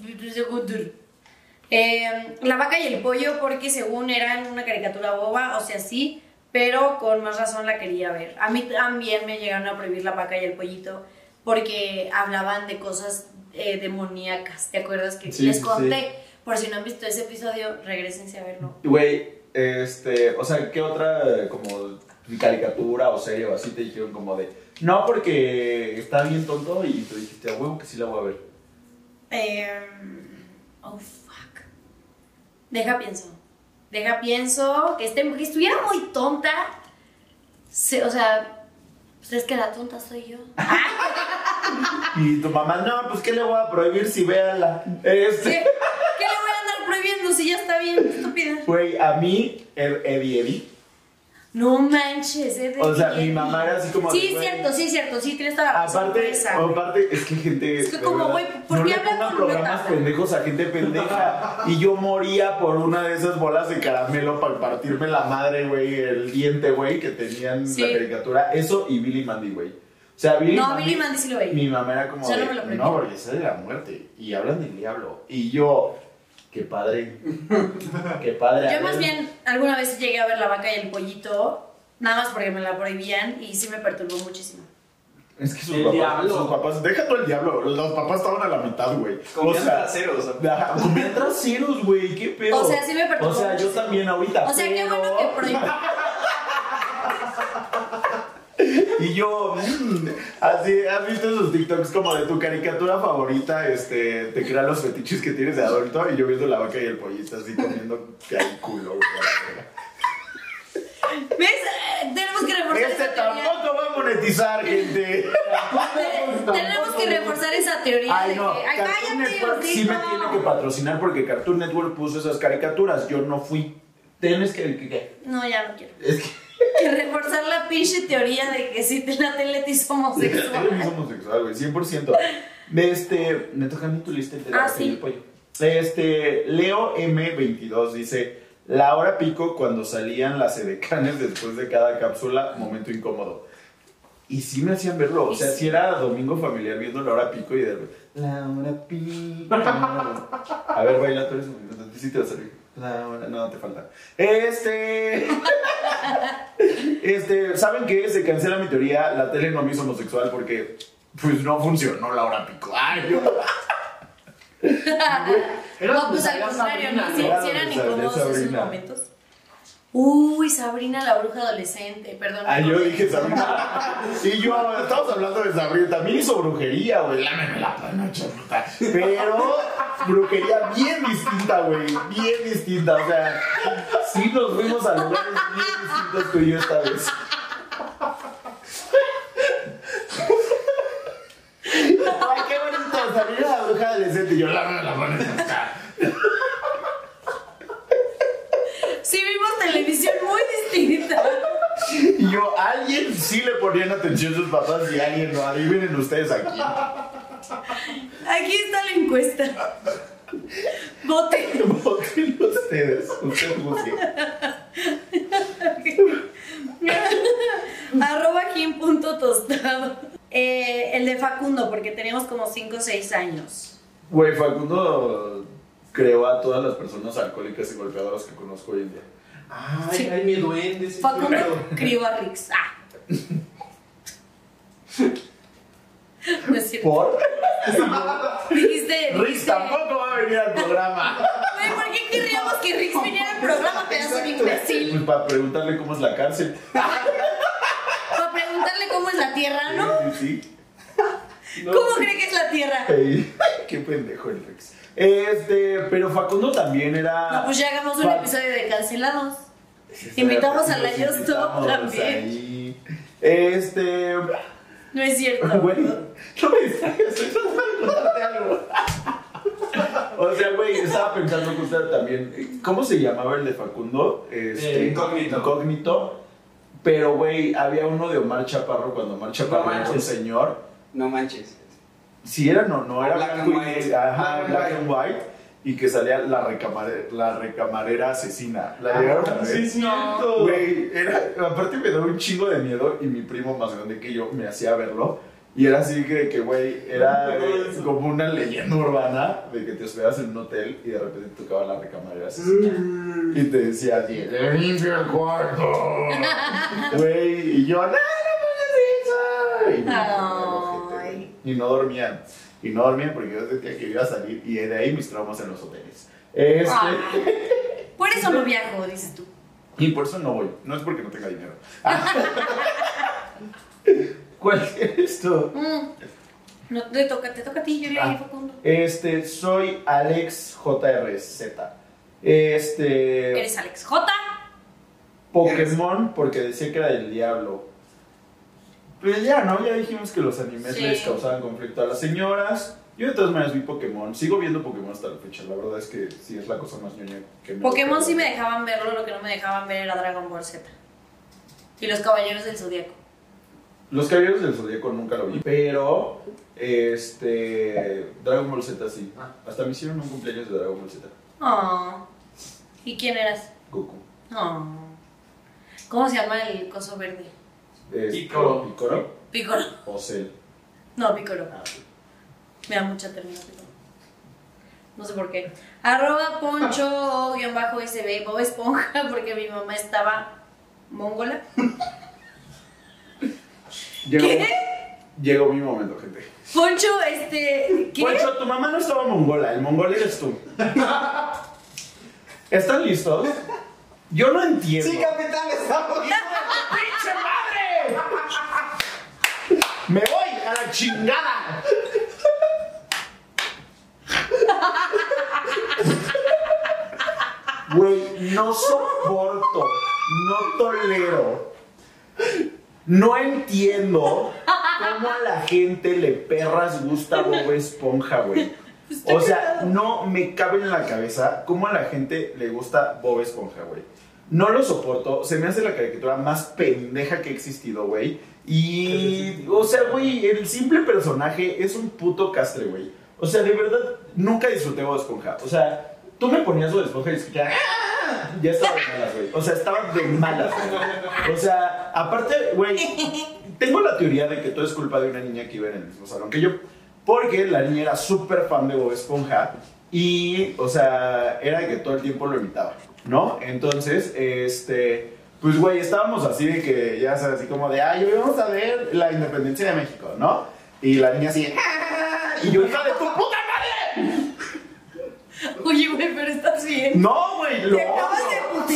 [SPEAKER 1] Eh, la vaca y el pollo, porque según eran una caricatura boba, o sea, sí, pero con más razón la quería ver. A mí también me llegaron a prohibir la vaca y el pollito porque hablaban de cosas eh, demoníacas. ¿Te acuerdas que
[SPEAKER 2] Sí,
[SPEAKER 1] les
[SPEAKER 2] sí,
[SPEAKER 1] conté?
[SPEAKER 2] sí.
[SPEAKER 1] Por si no han visto ese episodio, regresense a verlo.
[SPEAKER 2] Güey, este... O sea, ¿qué otra como caricatura o serie o así te dijeron como de... No, porque está bien tonto y tú dijiste, a huevo que sí la voy a ver.
[SPEAKER 1] Eh, oh, fuck. Deja pienso. Deja pienso. Que, esté, que estuviera muy tonta. Se- o sea, pues es que la tonta soy yo.
[SPEAKER 2] Y tu mamá, no, pues ¿qué le voy a prohibir si véala?
[SPEAKER 1] ¿Qué,
[SPEAKER 2] Este...
[SPEAKER 1] ¿Qué le voy a andar prohibiendo si ya está bien estúpida?
[SPEAKER 2] Güey, a mí, Ed- Eddie Eddie.
[SPEAKER 1] No manches, es de
[SPEAKER 2] O sea,
[SPEAKER 1] bien.
[SPEAKER 2] mi mamá era así como...
[SPEAKER 1] Sí,
[SPEAKER 2] de, güey,
[SPEAKER 1] cierto, sí, cierto. Sí, tienes toda la razón.
[SPEAKER 2] Aparte,
[SPEAKER 1] esa, güey.
[SPEAKER 2] aparte, es que gente.
[SPEAKER 1] Es que
[SPEAKER 2] de
[SPEAKER 1] como,
[SPEAKER 2] verdad,
[SPEAKER 1] güey, ¿por
[SPEAKER 2] no
[SPEAKER 1] qué
[SPEAKER 2] le
[SPEAKER 1] hablan
[SPEAKER 2] pongan
[SPEAKER 1] con
[SPEAKER 2] programas
[SPEAKER 1] metáfora?
[SPEAKER 2] pendejos a gente pendeja. Y yo moría por una de esas bolas de caramelo para partirme la madre, güey, el diente, güey, que tenían
[SPEAKER 1] Sí.
[SPEAKER 2] la caricatura. Eso y Billy Mandy, güey. O sea, Billy
[SPEAKER 1] No,
[SPEAKER 2] Mandy.
[SPEAKER 1] Billy Mandy sí lo veía.
[SPEAKER 2] Mi mamá era como.
[SPEAKER 1] O sea, no
[SPEAKER 2] de,
[SPEAKER 1] me lo
[SPEAKER 2] no,
[SPEAKER 1] prohibí.
[SPEAKER 2] porque es de la muerte. Y hablan del diablo. Y yo. Qué padre. Qué padre.
[SPEAKER 1] Yo
[SPEAKER 2] A
[SPEAKER 1] más
[SPEAKER 2] ver,
[SPEAKER 1] bien alguna vez llegué a ver la vaca y el pollito. Nada más porque me la prohibían y sí me perturbó muchísimo.
[SPEAKER 2] Es que sus
[SPEAKER 3] El
[SPEAKER 2] papás,
[SPEAKER 3] diablo.
[SPEAKER 2] sus papás, deja todo el diablo, los papás estaban a la mitad, güey. O
[SPEAKER 4] Comían
[SPEAKER 2] sea,
[SPEAKER 4] traseros.
[SPEAKER 2] ajá, comían traseros, güey, qué pedo.
[SPEAKER 1] O sea, sí me perturbó
[SPEAKER 2] O sea, yo
[SPEAKER 1] muchísimo.
[SPEAKER 2] también ahorita.
[SPEAKER 1] O sea, qué
[SPEAKER 2] pero-
[SPEAKER 1] bueno que prohibí.
[SPEAKER 2] Y yo, mm, así, ¿has visto esos TikToks como de tu caricatura favorita? Este, te crean los fetiches que tienes de adulto y yo viendo la vaca y el pollito así comiendo que hay culo, güey.
[SPEAKER 1] ¿Ves? Eh, Tenemos que reforzar
[SPEAKER 2] Este
[SPEAKER 1] esa teoría.
[SPEAKER 2] tampoco va a monetizar, gente.
[SPEAKER 1] Te- Tenemos que reforzar esa teoría
[SPEAKER 2] Ay,
[SPEAKER 1] de
[SPEAKER 2] no,
[SPEAKER 1] que. ¡Ay,
[SPEAKER 2] Cartoon
[SPEAKER 1] cállate,
[SPEAKER 2] Network sí me
[SPEAKER 1] Diosito!
[SPEAKER 2] tiene que patrocinar porque Cartoon Network puso esas caricaturas. Yo no fui. Tienes que. que- que-
[SPEAKER 1] No, ya no quiero.
[SPEAKER 2] Es que.
[SPEAKER 1] Que reforzar la pinche teoría de que si te la tele te hizo
[SPEAKER 2] Eres
[SPEAKER 1] homosexual.
[SPEAKER 2] homosexual, güey, cien por ciento. Este, me toca a mí tu lista de
[SPEAKER 1] Ah,
[SPEAKER 2] la
[SPEAKER 1] sí.
[SPEAKER 2] del pollo. Este, Leo M veintidós dice: La hora pico cuando salían las edecanes después de cada cápsula, momento incómodo. Y sí me hacían verlo, o
[SPEAKER 1] Y
[SPEAKER 2] sea,
[SPEAKER 1] sí.
[SPEAKER 2] si era domingo familiar viendo la hora pico y de repente, la hora pico. A ver, baila tú eres un sí te va a servir. La hora, no, te falta. Este. Este, ¿saben qué? Se cancela mi teoría, la tele no me hizo homosexual porque pues no funcionó la hora pico. Ay, yo.
[SPEAKER 3] Era
[SPEAKER 1] No,
[SPEAKER 3] donde
[SPEAKER 1] pues al
[SPEAKER 3] salía
[SPEAKER 1] contrario,
[SPEAKER 3] Sabrina,
[SPEAKER 1] ¿no? Si,
[SPEAKER 2] Era
[SPEAKER 1] si eran
[SPEAKER 2] donde salía
[SPEAKER 1] incómodos esos
[SPEAKER 2] Sabrina.
[SPEAKER 1] momentos. Uy, Sabrina la bruja adolescente, perdón.
[SPEAKER 2] Ah, yo dije Sabrina. Y yo, estamos hablando de Sabrina. También hizo brujería, güey. Lámeme la panocha, puta. Pero brujería bien distinta, güey. Bien distinta. O sea, sí nos fuimos a lugares bien distintos tú y yo esta vez. Ay, qué bonito. Sabrina la bruja adolescente. Y yo, lámeme la panocha.
[SPEAKER 1] Sí, vimos televisión muy distinta.
[SPEAKER 2] Y yo, alguien sí le ponían atención a sus papás y alguien no. Adivinen ustedes aquí.
[SPEAKER 1] Aquí está la encuesta. Voten.
[SPEAKER 2] Voten ustedes. Ustedes busquen.
[SPEAKER 1] Arroba Kim.tostado. Eh, el de Facundo, porque tenemos como cinco o seis años.
[SPEAKER 2] Güey, Facundo creó a todas las personas alcohólicas y golpeadoras que conozco hoy en día.
[SPEAKER 3] Ay,
[SPEAKER 1] Sí.
[SPEAKER 3] ay, mi duende. sí,
[SPEAKER 1] Facundo
[SPEAKER 3] claro.
[SPEAKER 1] crió a Rix. Ah. No es cierto.
[SPEAKER 2] ¿Por?
[SPEAKER 1] Dijiste.
[SPEAKER 2] Riz
[SPEAKER 1] dijiste-
[SPEAKER 2] tampoco va a venir al programa.
[SPEAKER 1] Güey, ¿por qué querríamos que Rix viniera al programa, pedazo de imbécil?
[SPEAKER 2] Pues para preguntarle cómo es la cárcel.
[SPEAKER 1] Para preguntarle cómo es la tierra, ¿no?
[SPEAKER 2] Sí, sí.
[SPEAKER 3] No,
[SPEAKER 1] ¿Cómo
[SPEAKER 3] sí.
[SPEAKER 1] cree que es la tierra?
[SPEAKER 2] Ey, qué pendejo el Rex. Este, pero Facundo también era.
[SPEAKER 1] No, pues ya hagamos un
[SPEAKER 2] Fa-
[SPEAKER 1] episodio de cancelados.
[SPEAKER 2] Sí,
[SPEAKER 1] Invitamos a la
[SPEAKER 2] los
[SPEAKER 1] Just Stop
[SPEAKER 2] invitamos
[SPEAKER 1] también.
[SPEAKER 2] ahí. Este.
[SPEAKER 1] No es cierto.
[SPEAKER 2] Güey, no me distraigas, estoy tratando de contarte algo. O sea, güey, estaba pensando justo también. ¿Cómo se llamaba el de Facundo? Este,
[SPEAKER 3] Eh, Incógnito.
[SPEAKER 2] Incógnito. Pero, güey, había uno de Omar Chaparro cuando Omar Chaparro
[SPEAKER 3] No
[SPEAKER 2] era un
[SPEAKER 3] manches.
[SPEAKER 2] señor.
[SPEAKER 5] No manches.
[SPEAKER 2] Si era, no, no era
[SPEAKER 5] Black
[SPEAKER 2] blanco
[SPEAKER 5] and
[SPEAKER 2] y-
[SPEAKER 5] white.
[SPEAKER 2] Ajá,
[SPEAKER 3] Black and
[SPEAKER 2] black and white. Y que salía la, recamare- la recamarera asesina. La llegaron a
[SPEAKER 3] Ah,
[SPEAKER 2] ver.
[SPEAKER 3] sí, es
[SPEAKER 1] No.
[SPEAKER 3] cierto.
[SPEAKER 2] Güey, era, aparte me daba un chingo de miedo y mi primo más grande que yo me hacía verlo. Y era así que, que güey, era
[SPEAKER 3] No,
[SPEAKER 2] eh,
[SPEAKER 3] eso.
[SPEAKER 2] como una leyenda urbana de que te hospedabas en un hotel y de repente te tocaba la recamarera asesina. Y te decía así, le limpio el cuarto. Güey, y yo, no, no pongas eso. Y, me ponía el ojete, güey. Y no dormían. Y no dormían porque yo sentía que iba a salir. Y de ahí mis traumas en los hoteles. Este.
[SPEAKER 1] Ah, por eso no viajo, dices tú.
[SPEAKER 2] Y por eso no voy. No es porque no tenga dinero. ¿Cuál es tú?
[SPEAKER 1] Mm. No, te toca, te toca a ti, yo le
[SPEAKER 2] Ah.
[SPEAKER 1] dije Facundo.
[SPEAKER 2] Este, soy Alex J R Z. Este.
[SPEAKER 1] Eres Alex J.
[SPEAKER 2] Pokémon, porque decía que era del diablo. Pues ya, ¿no? Ya dijimos que los animes
[SPEAKER 1] Sí.
[SPEAKER 2] les causaban conflicto a las señoras. Yo de todas maneras vi Pokémon. Sigo viendo Pokémon hasta la fecha. La verdad es que sí es la cosa más ñoña que me
[SPEAKER 1] Pokémon
[SPEAKER 2] gusta.
[SPEAKER 1] sí me dejaban verlo, lo que no me dejaban ver era Dragon Ball Z. Y los Caballeros del Zodíaco.
[SPEAKER 2] Los Caballeros del Zodíaco nunca lo vi. Pero, este. Dragon Ball Z sí. Hasta me hicieron un cumpleaños de Dragon Ball Z.
[SPEAKER 1] Oh. ¿Y quién eras?
[SPEAKER 2] Goku.
[SPEAKER 1] Oh. ¿Cómo se llama el coso verde?
[SPEAKER 2] Es-
[SPEAKER 3] Picoro.
[SPEAKER 2] Picoro.
[SPEAKER 1] Picoro.
[SPEAKER 2] O Cell.
[SPEAKER 1] No, Picoro. Me da mucha ternura Picoro. No sé por qué. Arroba poncho guión bajo S B Bob Esponja porque mi mamá estaba mongola.
[SPEAKER 2] Llegó,
[SPEAKER 1] ¿Qué?
[SPEAKER 2] Llegó mi momento, gente.
[SPEAKER 1] Poncho, este. ¿Qué?
[SPEAKER 2] Poncho, tu mamá no estaba mongola, el mongol eres tú. ¿Están listos? Yo no entiendo.
[SPEAKER 5] Sí, capitán, estamos bien.
[SPEAKER 2] ¡Pinche madre! ¡Me voy a la chingada! Güey, no soporto, no tolero, no entiendo cómo a la gente le perras gusta Bob Esponja, güey. O sea, no me cabe en la cabeza cómo a la gente le gusta Bob Esponja, güey. No lo soporto, se me hace la caricatura más pendeja que ha existido, güey. Y, o sea, güey, el simple personaje es un puto castre, güey. O sea, de verdad, nunca disfruté Bob Esponja. O sea, tú me ponías Bob Esponja y escuchaba, ¡ah! Ya estaba de malas, güey. O sea, estaba de malas, güey. O sea, aparte, güey, tengo la teoría de que todo es culpa de una niña que iba en el mismo salón que yo. Porque la niña era súper fan de Bob Esponja y, o sea, era que todo el tiempo lo imitaba, ¿no? Entonces, este, pues, güey, estábamos así de que, ya sabes, así como de, ay, hoy vamos a ver la independencia de México, ¿no? Y la niña así, ¡ah! Y yo, hija de tu puta madre.
[SPEAKER 1] Oye, güey, pero estás bien.
[SPEAKER 2] No, güey, lo
[SPEAKER 1] Te acabas de
[SPEAKER 2] odio.
[SPEAKER 1] putear
[SPEAKER 2] Sí,
[SPEAKER 1] a ti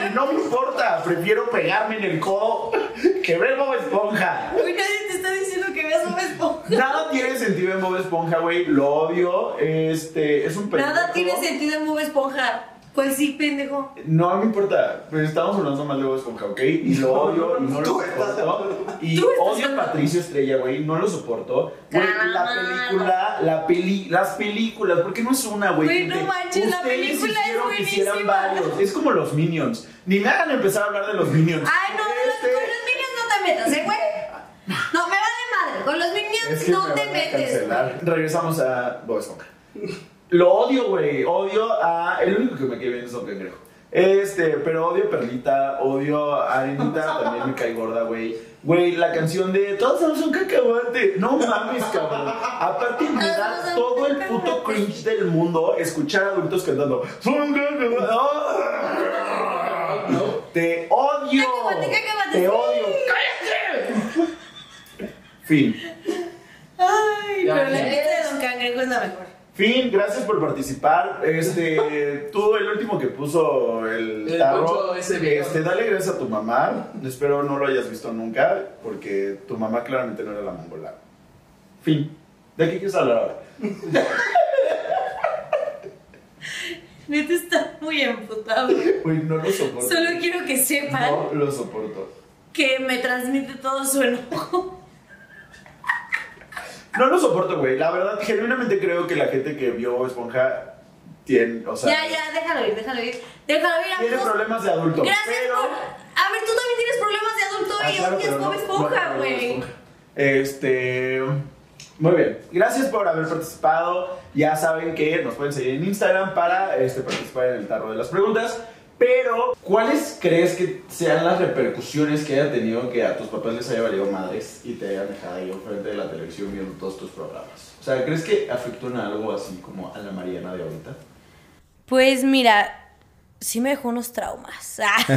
[SPEAKER 2] y no me importa. Prefiero pegarme en el codo que ver Bob Esponja.
[SPEAKER 1] Uy, nadie te está diciendo que veas Bob Esponja.
[SPEAKER 2] Nada tiene sentido en Bob Esponja, güey. Lo odio. Este, es un pendejo.
[SPEAKER 1] Nada tiene sentido en Bob Esponja. Pues sí, pendejo.
[SPEAKER 2] No me importa, pero estamos hablando mal de Bob Esponja, ¿ok? Y lo odio y no lo
[SPEAKER 5] Tú estás
[SPEAKER 2] soporto. Y
[SPEAKER 1] Tú estás
[SPEAKER 2] odio a
[SPEAKER 1] hablando.
[SPEAKER 2] Patricio Estrella, güey, no lo soporto. Güey, la
[SPEAKER 1] Calma.
[SPEAKER 2] película, la peli, las películas, ¿por qué no es una, güey?
[SPEAKER 1] Güey, no
[SPEAKER 2] Gente,
[SPEAKER 1] manches, la
[SPEAKER 2] ustedes
[SPEAKER 1] película es
[SPEAKER 2] hicieron que hicieran
[SPEAKER 1] buenísima.
[SPEAKER 2] varios. Es como los Minions. Ni me hagan empezar a hablar de los Minions.
[SPEAKER 1] Ay, no,
[SPEAKER 2] Este-
[SPEAKER 1] con los Minions no te metas, ¿eh, güey? No, me vale madre. Con los Minions
[SPEAKER 2] Es que
[SPEAKER 1] no
[SPEAKER 2] me
[SPEAKER 1] te
[SPEAKER 2] van a
[SPEAKER 1] metes.
[SPEAKER 2] cancelar. Regresamos a Bob Esponja. Lo odio, güey. Odio a. El único que me queda bien es Don Cangrejo. Este, pero odio a Perlita, odio a Arenita, también me cae gorda, güey. Güey, la canción de Todos somos un cacahuate. No mames, cabrón. Aparte me da todo el puto cringe del mundo escuchar a adultos cantando. "Son un cacahuate". ¡Ah! Te odio.
[SPEAKER 1] Cacahuate, cacahuate,
[SPEAKER 2] Te
[SPEAKER 1] sí.
[SPEAKER 2] odio. ¡Cállate! Fin.
[SPEAKER 1] Ay,
[SPEAKER 3] Ya,
[SPEAKER 1] pero la
[SPEAKER 3] ya.
[SPEAKER 1] pizza de Don Cangrejo es la mejor.
[SPEAKER 2] Fin, gracias por participar. Este, tú, el último que puso el,
[SPEAKER 3] El
[SPEAKER 2] tarro,
[SPEAKER 3] Poncho ese viejo.
[SPEAKER 2] este, dale gracias a tu mamá. Espero no lo hayas visto nunca, porque tu mamá claramente no era la mongola. Fin. ¿De qué quieres hablar ahora?
[SPEAKER 1] Neta está muy emputado.
[SPEAKER 2] Uy, no lo soporto.
[SPEAKER 1] Solo quiero que sepan
[SPEAKER 2] No lo soporto.
[SPEAKER 1] que me transmite todo su enojo.
[SPEAKER 2] No lo soporto, güey. La verdad, genuinamente creo que la gente que vio Bob Esponja tiene, o sea,
[SPEAKER 1] Ya, ya, déjalo ir, déjalo ir. Déjalo ir,
[SPEAKER 2] tiene
[SPEAKER 1] amigos.
[SPEAKER 2] problemas de adulto.
[SPEAKER 1] Gracias
[SPEAKER 2] pero...
[SPEAKER 1] por... A ver, tú también tienes problemas de adulto
[SPEAKER 2] Ah,
[SPEAKER 1] y
[SPEAKER 2] claro,
[SPEAKER 1] odias
[SPEAKER 2] pero
[SPEAKER 1] Bob
[SPEAKER 2] no-
[SPEAKER 1] Esponja,
[SPEAKER 2] no, no,
[SPEAKER 1] güey.
[SPEAKER 2] Bob Esponja. Este. Muy bien. Gracias por haber participado. Ya saben que nos pueden seguir en Instagram para este, participar en el tarro de las preguntas. Pero, ¿cuáles crees que sean las repercusiones que haya tenido que a tus papás les haya valido madres y te hayan dejado ahí enfrente de la televisión viendo todos tus programas? O sea, ¿crees que afectó en algo así como a la Mariana de ahorita?
[SPEAKER 1] Pues mira, sí me dejó unos traumas.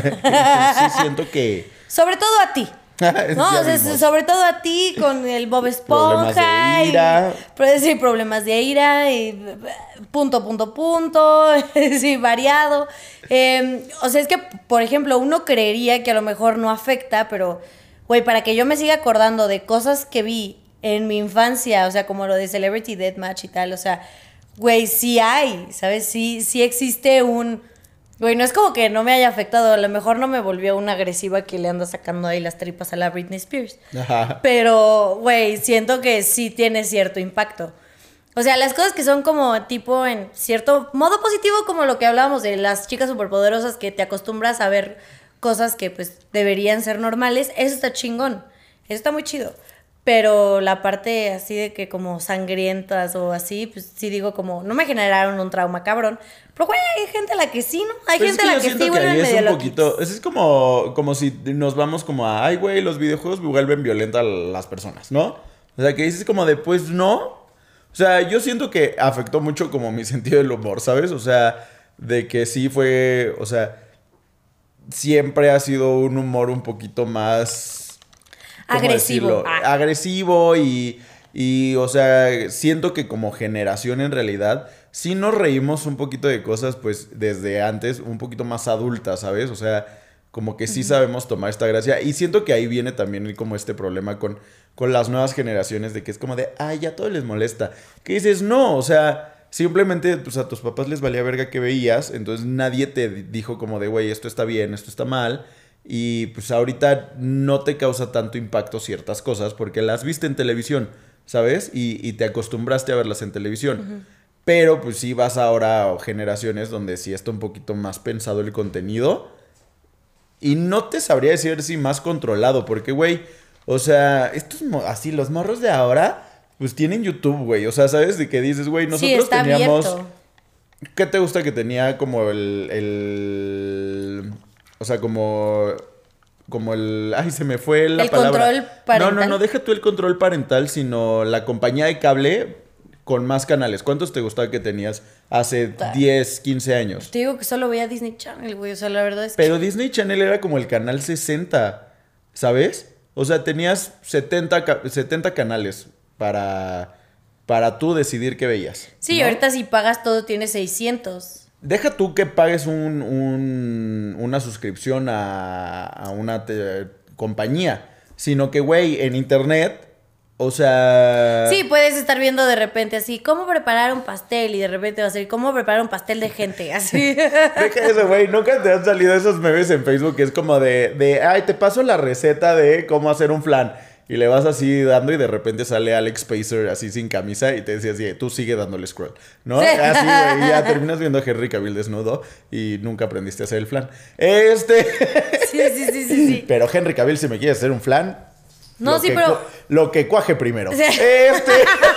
[SPEAKER 2] Sí, siento que.
[SPEAKER 1] Sobre todo a ti. No,
[SPEAKER 2] Ya
[SPEAKER 1] o sea,
[SPEAKER 2] vimos.
[SPEAKER 1] sobre todo a ti con el Bob
[SPEAKER 2] Problemas de
[SPEAKER 1] Esponja.
[SPEAKER 2] ira.
[SPEAKER 1] Y, pero sí, problemas de ira. Y punto, punto, punto. Sí, variado. Eh, o sea, es que, por ejemplo, uno creería que a lo mejor no afecta, pero, güey, para que yo me siga acordando de cosas que vi en mi infancia, o sea, como lo de Celebrity Deathmatch y tal, o sea, güey, sí hay, ¿sabes? Sí, sí existe un... Güey, no es como que no me haya afectado, a lo mejor no me volvió una agresiva que le anda sacando ahí las tripas a la Britney Spears.
[SPEAKER 2] Ajá.
[SPEAKER 1] Pero, güey, siento que sí tiene cierto impacto. O sea, las cosas que son como tipo en cierto modo positivo, como lo que hablábamos de las chicas superpoderosas que te acostumbras a ver cosas que pues deberían ser normales, eso está chingón, eso está muy chido. Pero la parte así de que como sangrientas o así, pues sí digo como, no me generaron un trauma cabrón. Pero güey, hay gente a la que sí, ¿no? Hay
[SPEAKER 2] Pues
[SPEAKER 1] gente
[SPEAKER 2] es
[SPEAKER 1] a
[SPEAKER 2] que
[SPEAKER 1] la
[SPEAKER 2] yo
[SPEAKER 1] que
[SPEAKER 2] siento
[SPEAKER 1] sí
[SPEAKER 2] que
[SPEAKER 1] vuelven
[SPEAKER 2] ahí es
[SPEAKER 1] medio
[SPEAKER 2] un
[SPEAKER 1] loquitos.
[SPEAKER 2] poquito, es como, como si nos vamos como a, ay, güey, los videojuegos vuelven violenta a las personas, ¿no? O sea, que dices como de, pues no. O sea, yo siento que afectó mucho como mi sentido del humor, ¿sabes? O sea, de que sí fue, o sea, siempre ha sido un humor un poquito más... ¿cómo
[SPEAKER 1] Agresivo.
[SPEAKER 2] decirlo?
[SPEAKER 1] Ah.
[SPEAKER 2] Agresivo y, y, o sea, siento que como generación en realidad sí nos reímos un poquito de cosas, pues, desde antes, un poquito más adultas, ¿sabes? O sea, como que sí sabemos tomar esta gracia. Y siento que ahí viene también el- como este problema con, con las nuevas generaciones de que es como de, ay, ya todo les molesta. Que dices, no, o sea, simplemente pues, a tus papás les valía verga que veías, entonces nadie te di- dijo como de, güey, esto está bien, esto está mal. Y pues ahorita no te causa tanto impacto ciertas cosas porque las viste en televisión, ¿sabes? Y, y te acostumbraste a verlas en televisión. Pero pues sí vas ahora a generaciones donde sí está un poquito más pensado el contenido. Y no te sabría decir si más controlado, porque, güey, o sea, estos mo- así, los morros de ahora, pues tienen YouTube, güey. O sea, ¿sabes? De que dices, güey, nosotros
[SPEAKER 1] Sí, está
[SPEAKER 2] teníamos...
[SPEAKER 1] abierto.
[SPEAKER 2] ¿Qué te gusta que tenía como el, el... O sea, como... Como el... Ay, se me fue la
[SPEAKER 1] El
[SPEAKER 2] palabra.
[SPEAKER 1] control parental.
[SPEAKER 2] No, no, no, deja tú el control parental, sino la compañía de cable con más canales. ¿Cuántos te gustaba que tenías hace
[SPEAKER 1] Ta-
[SPEAKER 2] diez, quince años?
[SPEAKER 1] Te digo que solo veía Disney Channel, güey. O sea, la verdad es que...
[SPEAKER 2] Pero Disney Channel era como el canal sesenta, ¿sabes? O sea, tenías setenta, ca- setenta canales para, para tú decidir qué veías.
[SPEAKER 1] Sí,
[SPEAKER 2] ¿no?
[SPEAKER 1] ahorita si pagas todo tienes seiscientos.
[SPEAKER 2] Deja tú que pagues un, un- una suscripción a, a una te- compañía, sino que, güey, en internet, o sea...
[SPEAKER 1] Sí, puedes estar viendo de repente así, cómo preparar un pastel y de repente va a ser, cómo preparar un pastel de gente, así.
[SPEAKER 2] Deja eso, güey. Nunca te han salido esos memes en Facebook que es como de, de, ay, te paso la receta de cómo hacer un flan. Y le vas así dando y de repente sale Alex Pacer así sin camisa y te decía así, tú sigue dándole scroll, ¿no?
[SPEAKER 1] Sí.
[SPEAKER 2] Así, güey, y ya terminas viendo a Henry Cavill desnudo y nunca aprendiste a hacer el flan. Este...
[SPEAKER 1] Sí, sí, sí, sí, sí.
[SPEAKER 2] Pero Henry Cavill, si me quieres hacer un flan...
[SPEAKER 1] No,
[SPEAKER 2] lo
[SPEAKER 1] sí,
[SPEAKER 2] que
[SPEAKER 1] pero-
[SPEAKER 2] cu- Lo que cuaje primero.
[SPEAKER 1] Sí.
[SPEAKER 2] Este...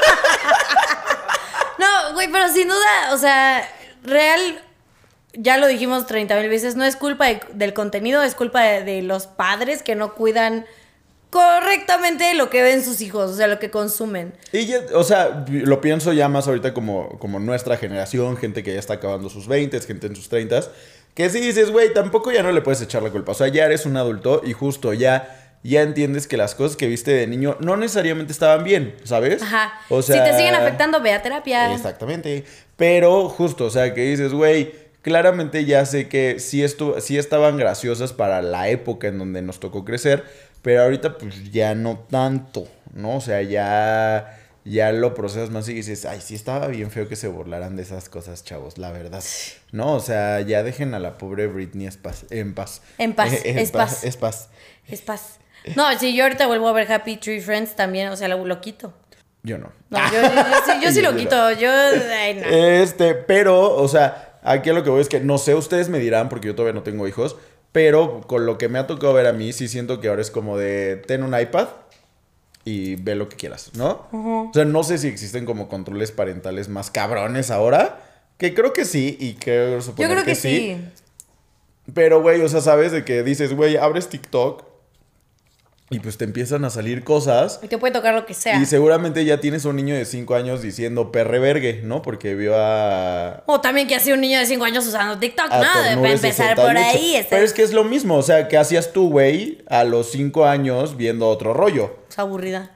[SPEAKER 1] No, güey, pero sin duda, o sea, real, ya lo dijimos treinta mil veces, no es culpa de- del contenido, es culpa de, de los padres que no cuidan correctamente lo que ven sus hijos, o sea, lo que consumen.
[SPEAKER 2] Y ya, o sea, lo pienso ya más ahorita como, como nuestra generación, gente que ya está acabando sus veinte, gente en sus treinta, que si dices, güey, tampoco ya no le puedes echar la culpa. O sea, ya eres un adulto y justo ya, ya entiendes que las cosas que viste de niño no necesariamente estaban bien, ¿sabes?
[SPEAKER 1] Ajá.
[SPEAKER 2] O sea,
[SPEAKER 1] si te siguen afectando, ve a terapia.
[SPEAKER 2] Exactamente. Pero justo, o sea, que dices, güey, claramente ya sé que sí, estu sí estaban graciosas para la época en donde nos tocó crecer, pero ahorita pues ya no tanto, ¿no? O sea, ya, ya lo procesas más y dices, ay, sí estaba bien feo que se burlaran de esas cosas, chavos, la verdad. No, o sea, ya dejen a la pobre Britney en paz. En paz.
[SPEAKER 1] En paz,
[SPEAKER 2] Eh,
[SPEAKER 1] es paz.
[SPEAKER 2] Es paz.
[SPEAKER 1] Es paz. No, si yo ahorita vuelvo a ver Happy Tree Friends también, o sea, lo, lo quito.
[SPEAKER 2] Yo no.
[SPEAKER 1] No, yo, yo- yo sí, yo sí lo
[SPEAKER 2] Yo
[SPEAKER 1] quito, yo, ay, no.
[SPEAKER 2] Este, pero, o sea, aquí a lo que voy es que no sé, ustedes me dirán, porque yo todavía no tengo hijos, pero con lo que me ha tocado ver a mí, sí siento que ahora es como de, ten un iPad y ve lo que quieras, ¿no? O sea, no sé si existen como controles parentales más cabrones ahora, que creo que sí, y creo
[SPEAKER 1] Yo
[SPEAKER 2] suponer
[SPEAKER 1] creo que sí.
[SPEAKER 2] Pero, güey, o sea, sabes de que dices, güey, abres TikTok y pues te empiezan a salir cosas.
[SPEAKER 1] Y te puede tocar lo que sea.
[SPEAKER 2] Y seguramente ya tienes un niño de cinco años diciendo perre vergue, ¿no? Porque vio a...
[SPEAKER 1] O también que hacía un niño de cinco años usando TikTok,
[SPEAKER 2] a
[SPEAKER 1] ¿no? Para
[SPEAKER 2] Tornures
[SPEAKER 1] empezar
[SPEAKER 2] sesenta y
[SPEAKER 1] por
[SPEAKER 2] ocho.
[SPEAKER 1] ahí. Este,
[SPEAKER 2] Pero es que es lo mismo, o sea, ¿qué hacías tú, güey, a los cinco años viendo otro rollo?
[SPEAKER 1] Es aburrida.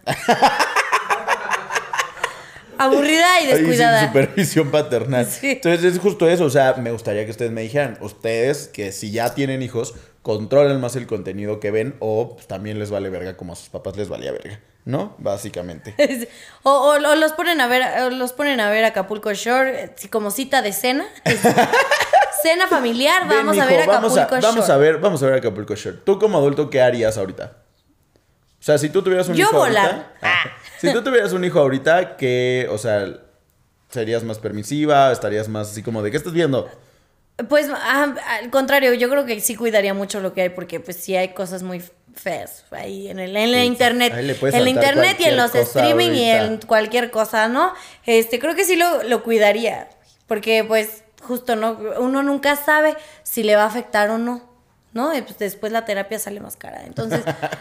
[SPEAKER 1] Aburrida y
[SPEAKER 2] Ahí sin
[SPEAKER 1] descuidada.
[SPEAKER 2] supervisión paternal.
[SPEAKER 1] Sí.
[SPEAKER 2] Entonces es justo eso, o sea, me gustaría que ustedes me dijeran, ustedes que si ya tienen hijos, controlen más el contenido que ven o pues, también les vale verga como a sus papás les valía verga, ¿no? Básicamente.
[SPEAKER 1] O, o- o los ponen a ver, o los ponen a ver Acapulco Shore eh, como cita de cena. Cena familiar,
[SPEAKER 2] Ven,
[SPEAKER 1] vamos a
[SPEAKER 2] mijo,
[SPEAKER 1] ver
[SPEAKER 2] vamos
[SPEAKER 1] Acapulco
[SPEAKER 2] a,
[SPEAKER 1] Shore.
[SPEAKER 2] vamos a ver, vamos a ver Acapulco Shore. Tú como adulto, ¿qué harías ahorita? O sea, si tú tuvieras un
[SPEAKER 1] Yo
[SPEAKER 2] hijo
[SPEAKER 1] volar.
[SPEAKER 2] ahorita... Ah, si tú tuvieras un hijo ahorita, ¿qué, o sea, serías más permisiva? ¿Estarías más así como de, ¿qué estás viendo?
[SPEAKER 1] Pues ah, al contrario, yo creo que sí cuidaría mucho lo que hay porque pues sí hay cosas muy feas ahí en el en la
[SPEAKER 2] Sí,
[SPEAKER 1] internet,
[SPEAKER 2] ahí le puedes
[SPEAKER 1] en la
[SPEAKER 2] saltar
[SPEAKER 1] internet y en los
[SPEAKER 2] cualquier cosa
[SPEAKER 1] streaming y
[SPEAKER 2] ahorita.
[SPEAKER 1] en cualquier cosa, ¿no? Este, creo que sí lo, lo cuidaría porque pues justo no uno nunca sabe si le va a afectar o no, ¿no? Y pues después la terapia sale más cara. Entonces,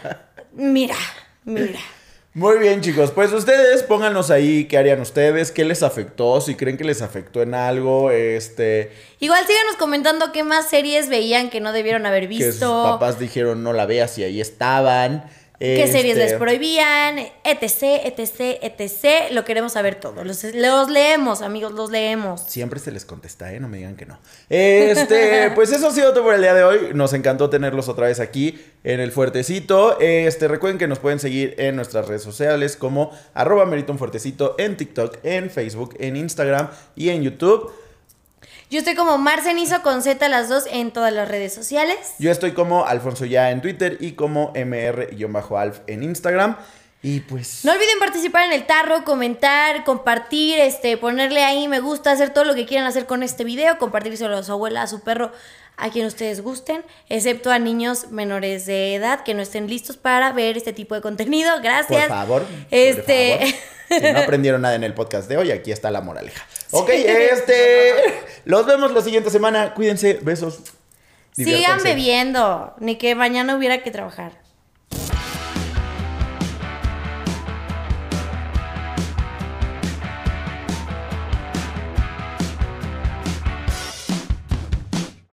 [SPEAKER 1] mira, mira.
[SPEAKER 2] Muy bien, chicos. Pues ustedes pónganos ahí qué harían ustedes, qué les afectó, si creen que les afectó en algo, este,
[SPEAKER 1] Igual síganos comentando qué más series veían que no debieron haber
[SPEAKER 2] que sus
[SPEAKER 1] visto.
[SPEAKER 2] papás dijeron no la veas y ahí estaban.
[SPEAKER 1] ¿Qué series
[SPEAKER 2] Este,
[SPEAKER 1] les prohibían? Etc, etc, etc. Lo queremos saber todo. Los, los leemos, amigos, los leemos.
[SPEAKER 2] Siempre se les contesta, ¿eh? No me digan que no. Este, pues eso ha sido todo por el día de hoy. Nos encantó tenerlos otra vez aquí en el Fuertecito. Este, recuerden que nos pueden seguir en nuestras redes sociales como arroba meritonfuertecito en TikTok, en Facebook, en Instagram y en YouTube.
[SPEAKER 1] Yo estoy como Marcenizo con Z las dos en todas las redes sociales.
[SPEAKER 2] Yo estoy como Alfonso Ya en Twitter y como M R-Alf en Instagram. Y pues...
[SPEAKER 1] No olviden participar en el tarro, comentar, compartir, este, ponerle ahí me gusta, hacer todo lo que quieran hacer con este video, compartírselo a su abuela, a su perro, a quien ustedes gusten, excepto a niños menores de edad que no estén listos para ver este tipo de contenido. Gracias.
[SPEAKER 2] Por favor.
[SPEAKER 1] Este.
[SPEAKER 2] Por favor. Si no aprendieron nada en el podcast de hoy, aquí está la moraleja. Ok, este. Los vemos la siguiente semana. Cuídense. Besos.
[SPEAKER 1] Sigan
[SPEAKER 2] Diviértanse.
[SPEAKER 1] bebiendo, ni que mañana hubiera que trabajar.